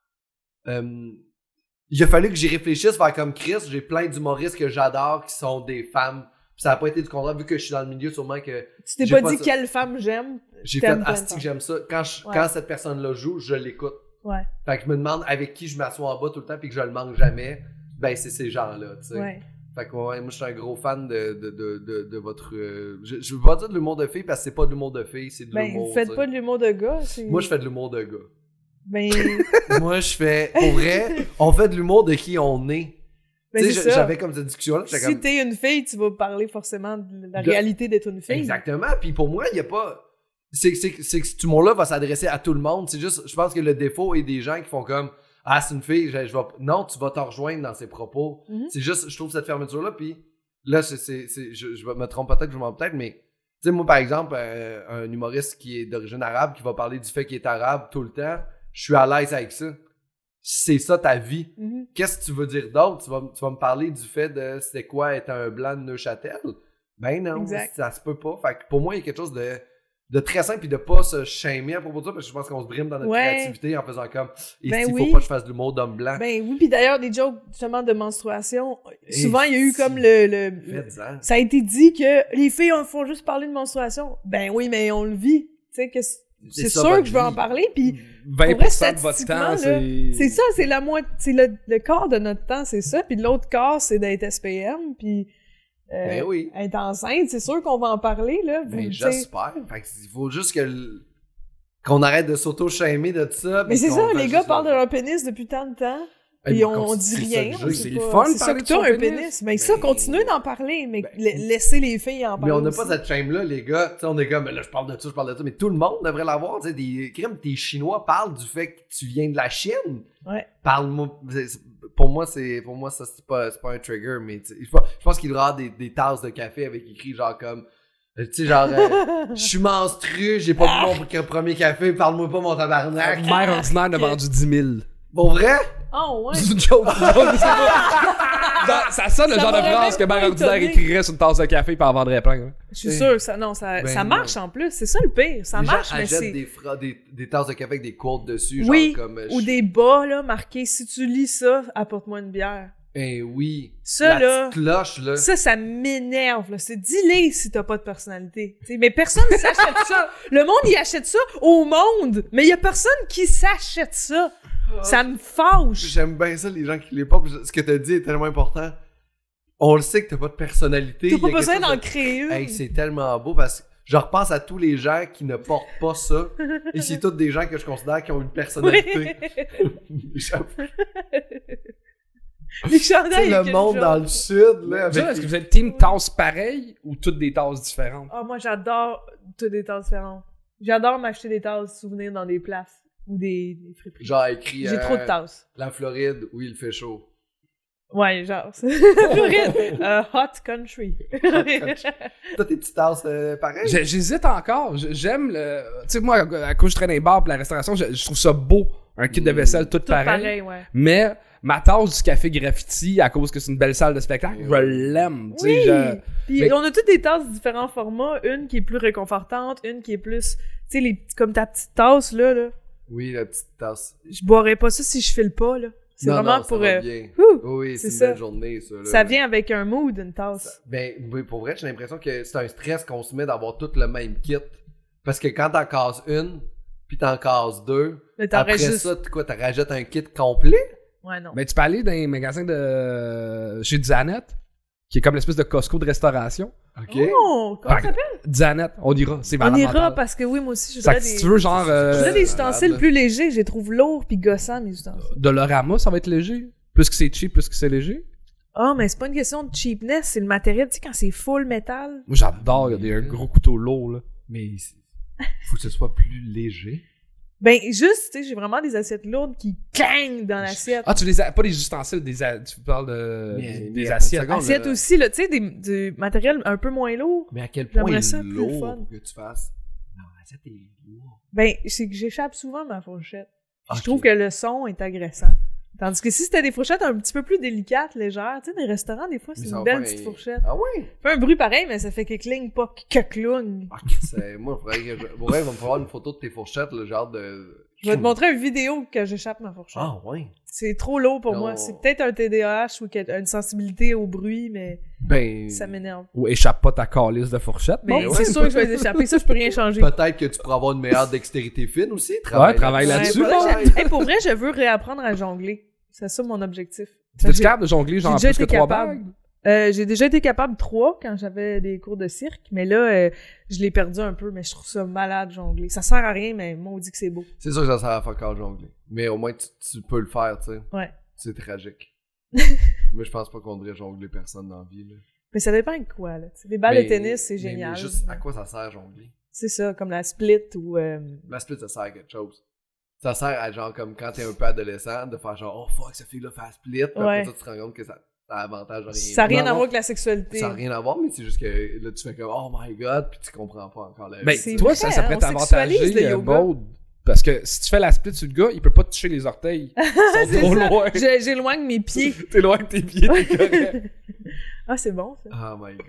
euh, il a fallu que j'y réfléchisse, faire comme Chris. J'ai plein d'humoristes que j'adore qui sont des femmes. Puis ça n'a pas été du contraire, vu que je suis dans le milieu, sûrement que Tu t'es J'ai pas, pas dit ça. quelle femme j'aime. j'ai fait T'aimes plein de Asti que femmes. j'aime ça. Quand, je- Ouais. quand cette personne-là joue, je l'écoute. Ouais, Fait que je me demande avec qui je m'assois en bas tout le temps puis que je le manque jamais. Ben, c'est ces gens-là, tu sais. ouais. Fait que ouais, moi je suis un gros fan de, de, de, de, de votre. euh, je, je veux pas dire de l'humour de filles parce que c'est pas de l'humour de filles, c'est de Ben, l'humour. faites tu sais. pas de l'humour de gars. c'est- Moi je fais de l'humour de gars. Ben, Moi je fais. Pour vrai, on fait de l'humour de qui on est. ben tu c'est sais, ça. j'avais comme cette discussion-là. j'étais Si comme. t'es une fille, tu vas parler forcément de la De- réalité d'être une fille. Exactement. Puis pour moi, il y a pas. C'est c'est que c'est que cet humour-là va s'adresser à tout le monde. C'est juste, je pense que le défaut est des gens qui font comme ah c'est une fille, je, je vais. Non, tu vas te rejoindre dans ses propos. Mhm. C'est juste, je trouve cette fermeture-là, puis là, c'est, c'est, c'est- je, je me trompe peut-être, je me trompe peut-être, mais tu sais, moi, par exemple, euh, un humoriste qui est d'origine arabe, qui va parler du fait qu'il est arabe tout le temps, je suis à l'aise avec ça. C'est ça ta vie. Mhm. Qu'est-ce que tu veux dire d'autre? Tu vas, tu vas me parler du fait de c'est quoi être un blanc de Neuchâtel? Ben non, Exact. ça se peut pas. Fait que pour moi, il y a quelque chose de, de très simple puis de pas se shamer à propos de ça parce que je pense qu'on se brime dans notre Ouais. créativité en faisant comme et Ben s'il oui. faut pas que je fasse de l'humour d'homme blanc. Ben oui, puis d'ailleurs, des jokes justement de menstruation, Et souvent il y a eu si. comme le... le, le- Faites-en. ça a été dit que les filles on, font juste parler de menstruation. Ben oui, mais on le vit. Tu sais, que c'est c'est ça, sûr votre que je vais en vie. parler, puis vingt Pour vrai, pour cent de votre statistiquement, temps, là, c'est... c'est ça, c'est la moitié, c'est le, le quart de notre temps, c'est ça, puis l'autre quart, c'est d'être S P M, puis euh, Ben oui. être enceinte, c'est sûr qu'on va en parler, là. Ben tu sais. j'espère. Fait que il faut juste que le- qu'on arrête de s'auto-shamer de ça. Mais puis c'est qu'on ça, fasse les gars juste parlent de le- leur pénis depuis tant de temps, Hey, puis mais on, quand on tu dit dis ça, rien. le jeu, c'est c'est le pas- fun de C'est ça parler que de son t'as un pénis. pénis. Mais Ben, ça, continuez d'en parler, mais ben, la- laissez les filles en Mais parler. on n'a aussi. pas cette shame-là, les gars. Tu sais, on est comme, ben là, je parle de ça, je parle de ça. Mais tout le monde devrait l'avoir. Tu sais, des crimes, tes Chinois parlent du fait que tu viens de la Chine. Ouais. Parle-moi. c'est- c'est- Pour moi, c'est pour moi ça, c'est pas, c'est pas un trigger. Mais tu sais, je pense je pense qu'il devrait y avoir des, des tasses de café avec écrit genre comme. euh, Tu sais, genre, euh, je suis menstru, j'ai pas bu mon premier café, parle-moi pas mon tabarnak. Mère ordinaire a vendu dix mille. Bon, vrai? Oh, ouais. C'est une joke, c'est une joke, c'est pas- Genre, ça sonne le Ça genre de m'aurait phrase que même Mère pas ordinaire étonné. écrirait sur une tasse de café et en vendrait plein. hein. Je suis sûre, ça, non, ça, Ben ça non. marche en plus. C'est ça le pire. Ça Les marche, gens mais achètent c'est. des, fra- des, des tasses de café avec des quotes dessus, Oui, genre comme. euh, ou je- des bas, là, marqués. Si tu lis ça, apporte-moi une bière. Eh oui. Ça, La là. petite cloche, là. Ça, ça m'énerve, là. C'est dis-les si t'as pas de personnalité. T'sais, mais personne ne s'achète ça. Le monde, il achète ça au monde. Mais il y a personne qui s'achète ça. Ça me fâche. J'aime bien ça, les gens qui les pop. Ce que t'as dit est tellement important. On le sait que t'as pas de personnalité. T'as Il y pas a quelque besoin chose d'en de- créer une. Hey, c'est tellement beau parce que je repense à tous les gens qui ne portent pas ça. Et c'est tous des gens que je considère qui ont une personnalité. J'avoue. Les Tu sais, chandails. le avec monde une dans jaune. le sud, là. Ça, Avec Est-ce que vous êtes team tasse pareille ou toutes des tasses différentes? Ah, moi, j'adore toutes des tasses différentes. J'adore m'acheter des tasses souvenirs dans des places ou des, des friperies. genre écrit. J'ai euh, trop de tasses. La Floride, où il fait chaud. Ouais, genre. c'est- Floride. Euh, hot country. Toi, tes petites tasses euh, pareilles? J'ai- J'hésite encore. J- J'aime le. Tu sais, moi, à cause je traîne dans les bars pis la restauration, je, je trouve ça beau. Un kit de vaisselle tout, Tout pareil. pareil, ouais. Mais ma tasse du café graffiti, à cause que c'est une belle salle de spectacle, Oui. je l'aime. Tu sais, Oui! je- Puis Mais- on a toutes des tasses de différents formats. Une qui est plus réconfortante, une qui est plus... Tu sais, les petits- comme ta petite tasse, là, là. Oui, la petite tasse. Je boirais pas ça si je file pas, là. C'est Non, vraiment non, ça pour... va euh, bien. ouh, Oui, c'est c'est une ça. belle journée, ça. Là. ça vient avec un mood, une tasse. Ben, oui, pour vrai, j'ai l'impression que c'est un stress qu'on se met d'avoir tout le même kit. Parce que quand t'en casses une, puis t'en casses deux, Mais t'en après restes juste... ça, tu quoi, t'en rajoutes un kit complet? Ouais, non. Ben, tu peux aller dans les magasins de. Chez Zanet, qui est comme l'espèce de Costco de restauration. OK. Oh! Comment Fait ça que- s'appelle? Zanet, on ira. C'est On malade ira, mental. parce que oui, moi aussi, je Fait voudrais que des... si tu veux, genre. Je euh, voudrais des ustensiles malade. plus légers. Je les trouve lourds puis gossants, mes ustensiles. de l'orama, ça va être léger. Plus que c'est cheap, plus que c'est léger. Ah, mais c'est pas une question de cheapness, c'est le matériel. Tu sais, quand c'est full métal... Moi, j'adore. Il y a des un gros couteau lourd, là. Mais c'est- faut que ce soit plus léger. Ben, juste, tu sais, j'ai vraiment des assiettes lourdes qui clangent dans l'assiette. Ah, tu les as. Pas des ustensiles, des a- tu parles de. Mais- des mais assiettes. attends une seconde, Assiette là. aussi, là, tu sais, des- du matériel un peu moins lourd. Mais à quel point il J'aimerais est ça plus lourd fun. pour que tu fasses. Non, l'assiette est lourde. Ben, c'est que j'échappe souvent ma fourchette. Ok. Je trouve que le son est agressant. Tandis que si c'était des fourchettes un petit peu plus délicates, légères, tu sais, des restaurants, des fois, c'est Mais ça une va belle faire petite un- fourchette. Ah oui? Fait un bruit pareil, mais ça fait que cling, pas que cloung. Ah, c'est- moi, faudrait que je... Pour vrai, il va me falloir une photo de tes fourchettes, le genre de. Je vais te montrer une vidéo que j'échappe ma fourchette. Ah, ouais. C'est trop lourd pour Non. moi. C'est peut-être un T D A H ou que- une sensibilité au bruit, mais Ben. ça m'énerve. Ou échappe pas ta calice de fourchette. Mais ouais. c'est sûr que je vais les échapper. Ça, je peux rien changer. Peut-être que tu pourras avoir une meilleure dextérité fine aussi. Ouais, travaille Ouais, là-dessus. faudrait que Ouais. j'ai- Hey, pour vrai, je veux réapprendre à jongler. C'est ça mon objectif. Tu es J'ai- capable de jongler genre j'ai plus déjà que été trois capable. bagues? Euh, j'ai déjà été capable trois quand j'avais des cours de cirque, mais là, euh, je l'ai perdu un peu, mais je trouve ça malade jongler. Ça sert à rien, mais moi, on dit que c'est beau. C'est sûr que ça sert à faire encore jongler. Mais au moins, tu, tu peux le faire, tu sais. Ouais. C'est tragique. Mais je pense pas qu'on devrait jongler personne dans la vie, là. Mais ça dépend de quoi, là. T'sais, les balles Mais- de tennis, c'est mais- génial. Mais juste, à quoi ça sert jongler? C'est ça, comme la split ou... euh, La split, ça sert à quelque chose. Ça sert à genre, comme quand t'es un peu adolescent, de faire genre, oh fuck, cette fille-là fait la split. Puis Ouais. après ça, tu te rends compte que ça, ça a avantage à rien. Ça n'a rien Non, à non, voir avec la sexualité. Ça n'a rien à voir, mais c'est juste que là, tu fais comme, oh my god, puis tu comprends pas encore la Ben, vie. C'est toi, vrai, ça, ça pourrait hein, on sexualise t'avantager, le euh, yoga. Maud. Parce que si tu fais la split sur le gars, il peut pas te toucher les orteils. Ils sont C'est trop ça. loin. Je- J'éloigne mes pieds. T'es loin de tes pieds, t'es correct. Ah, c'est bon, ça. Oh my god.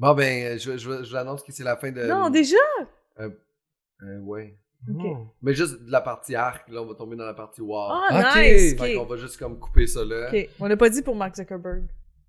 Bon, ben, je, je, je vous annonce que c'est la fin de... Non, déjà? Euh, euh, ouais. Ok. Oh. Mais juste de la partie arc, là, on va tomber dans la partie wow. Ah, Ok. nice! Fait qu'on Ok. va juste comme couper ça là. Ok. On n'a pas dit pour Mark Zuckerberg.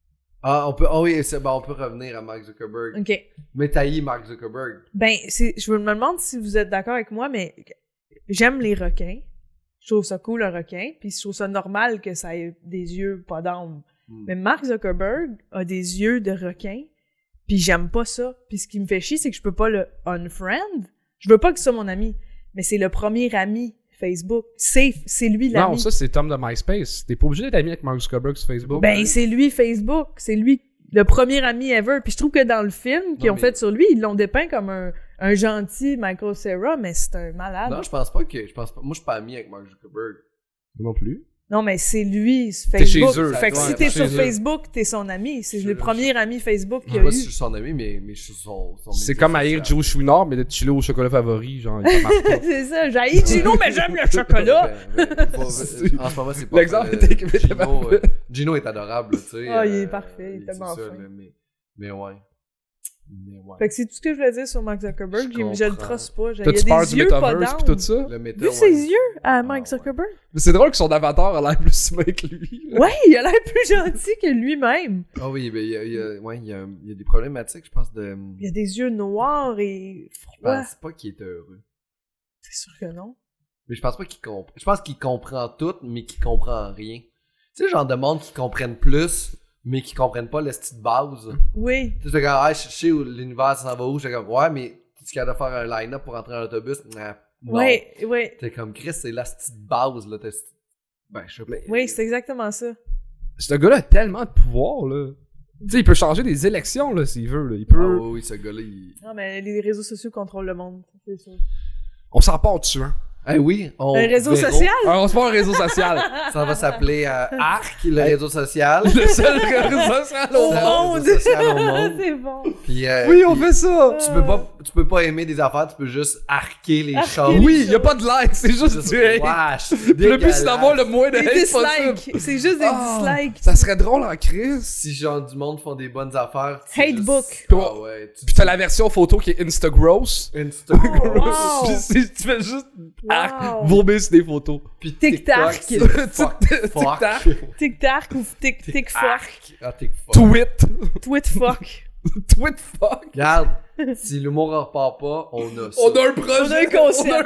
Ah, on peut... Ah oui, c'est... bon, on peut revenir à Mark Zuckerberg. Ok. Mais taillis Mark Zuckerberg. Ben, c'est, je me demande si vous êtes d'accord avec moi, mais j'aime les requins. Je trouve ça cool, un requin. Puis je trouve ça normal que ça ait des yeux pas d'âme. Hmm. Mais Mark Zuckerberg a des yeux de requin. Puis j'aime pas ça. Puis ce qui me fait chier, c'est que je peux pas le unfriend. Je veux pas que ce soit mon ami. Mais c'est le premier ami Facebook. C'est, c'est lui l'ami. Non, ça, c'est Tom de MySpace. T'es pas obligé d'être ami avec Mark Zuckerberg sur Facebook. Ben, c'est lui Facebook. C'est lui le premier ami ever. Puis je trouve que dans le film qu'ils Non, ont mais- fait sur lui, ils l'ont dépeint comme un, un gentil Michael Cera, mais c'est un malade. Non, je pense pas que... Je pense pas... Moi, je suis pas ami avec Mark Zuckerberg. non plus. Non, mais c'est lui, c'est T'es chez Facebook. eux. Fait que Ouais, si t'es chez sur eux. Facebook, t'es son ami. C'est Je- le je- premier ami Facebook Je qu'il sais y a pas eu. si je suis son ami, mais, mais je suis son... son C'est média comme haïr social. Joe Chouinard, mais de chiller au chocolat favori, genre, ça marche pas. C'est ça, j'ai Gino, mais j'aime le chocolat. Ben, ben, faut- C'est- en ce moment, c'est pas... L'exemple euh, était que- était Gino, parfait. euh, Gino est adorable, tu sais. Ah, il est euh, parfait, il est tellement c'est ça, fin. là, mais, mais ouais. Mais ouais. Fait que c'est tout ce que je voulais dire sur Mark Zuckerberg. Je Je, je le comprends. trosse pas. Il y a T'as-tu peur des du yeux pas metaverse pis tout d'âme. ça? Le méta, Vu ouais. ses yeux à Mark Ah, Zuckerberg? Mais c'est drôle que son avatar a l'air plus humain que lui. là. Ouais, il a l'air plus gentil que lui-même. Ah oui, ben, il y a, il y a- ouais, il y a, il y a des problématiques, je pense, de... Il a des yeux noirs et Je froids. pense pas qu'il est heureux. C'est sûr que non. Mais je pense pas qu'il comprend. Je pense qu'il comprend tout, mais qu'il comprend rien. Tu sais, le genre de monde qui comprennent plus, mais qui comprennent pas le style de base. Oui. Tu sais, comme, ah, je sais où l'univers s'en va où. J'étais comme, ouais, mais tu capable de faire un line-up pour entrer dans l'autobus? Nah, non. Ouais, ouais. T'es comme, Chris, c'est la style de base, là. T'es... Ben, je sais pas. Oui, c'est exactement ça. Ce gars-là a tellement de pouvoir, là. Tu sais, il peut changer des élections, là, s'il veut, là. Il peut... Ah oui, oui, ce gars-là, il... Non, mais les réseaux sociaux contrôlent le monde, c'est sûr. On s'en part dessus, hein. Eh oui, on... Un réseau Véro, social? Alors, on se fait un réseau social. Ça va s'appeler euh, Arc, le réseau social. Le seul réseau social Au au Ça, monde. monde! réseau social au monde. C'est bon. Puis, euh, Oui, on fait ça. tu peux pas, tu peux pas aimer des affaires, tu peux juste arquer les Arquer choses. les Oui, y a pas de like, c'est juste Juste du hate. wesh, Le but, c'est dégueulasse. d'avoir le moins de Des hate possible. dislikes. C'est juste des Ah, dislikes. Ça serait drôle en crise. Si genre du monde font des bonnes affaires. c'est Hatebook. juste- Toi- Ah ouais, tu Puis t'as la version photo qui est Instagross. Instagram. Oh, wow. Puis c'est- tu fais juste ah, Wow. vomir sur des photos. Puis Tic-tac. c'est fuck, Tic-tac. fuck. Tic-tac ou tic- tic-fuck. Arc. Ah, tic-fuck. Tweet. Tweet-fuck. Tweet fuck. Regarde, si l'humour en repart pas, on a ça. On a un projet. On a un concept. On a un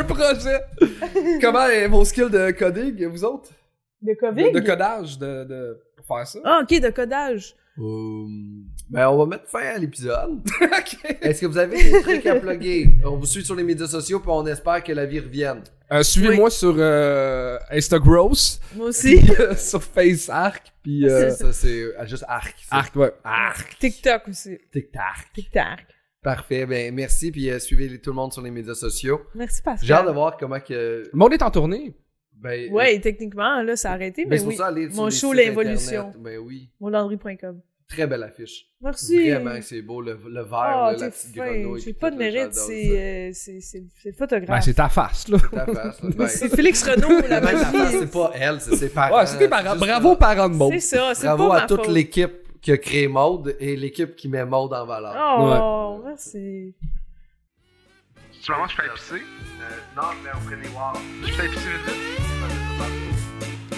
projet. Comment est vos skills de coding, vous autres? De De, COVID? de codage, de, de... pour faire ça? Ah, ok, de codage. Euh, ben, on va mettre fin à l'épisode. Ok. Est-ce que vous avez des trucs à plugger? On vous suit sur les médias sociaux, puis on espère que la vie revienne. Euh, Suivez-moi sur euh, Instagross, Moi aussi. puis, euh, sur FaceArc, puis euh, Ça, c'est euh, juste Arc. ça. Arc, ouais. Arc. TikTok aussi. Tic-tac. Tic-tac. Parfait, ben merci, puis euh, suivez les- tout le monde sur les médias sociaux. Merci, Pascal. J'ai hâte de voir comment que... Le monde est en tournée. Ben, Ouais, techniquement, là, ça a arrêté, ben, mais c'est pour oui. ça, aller sur Mon les show, sites L'Involution. Internet. Ben oui, Monlandry point com. très belle affiche. Merci. Vraiment, c'est beau, le, le vert, Ah, là, la t'es petite fin. grenouille. J'ai puis pas tout, de là, mérite, j'adore c'est euh, c'est- c'est- c'est le Ben, photographe. c'est ta face, là. ça. Ta face, là, ben, C'est Félix Renaud, la même la face, magie. c'est pas elle, c'est ses parents. Ouais, c'est tes parents. Juste, Bravo, euh, parents de Maud. C'est ça, c'est Bravo pas à ma toute faute. l'équipe qui a créé Maude et l'équipe qui met Maude en valeur. Oh, merci. Tu vas je fais épicer? Euh, non, mais on ferait les wars. Je fais épicer vite vite. Ça, ça, ça, ça.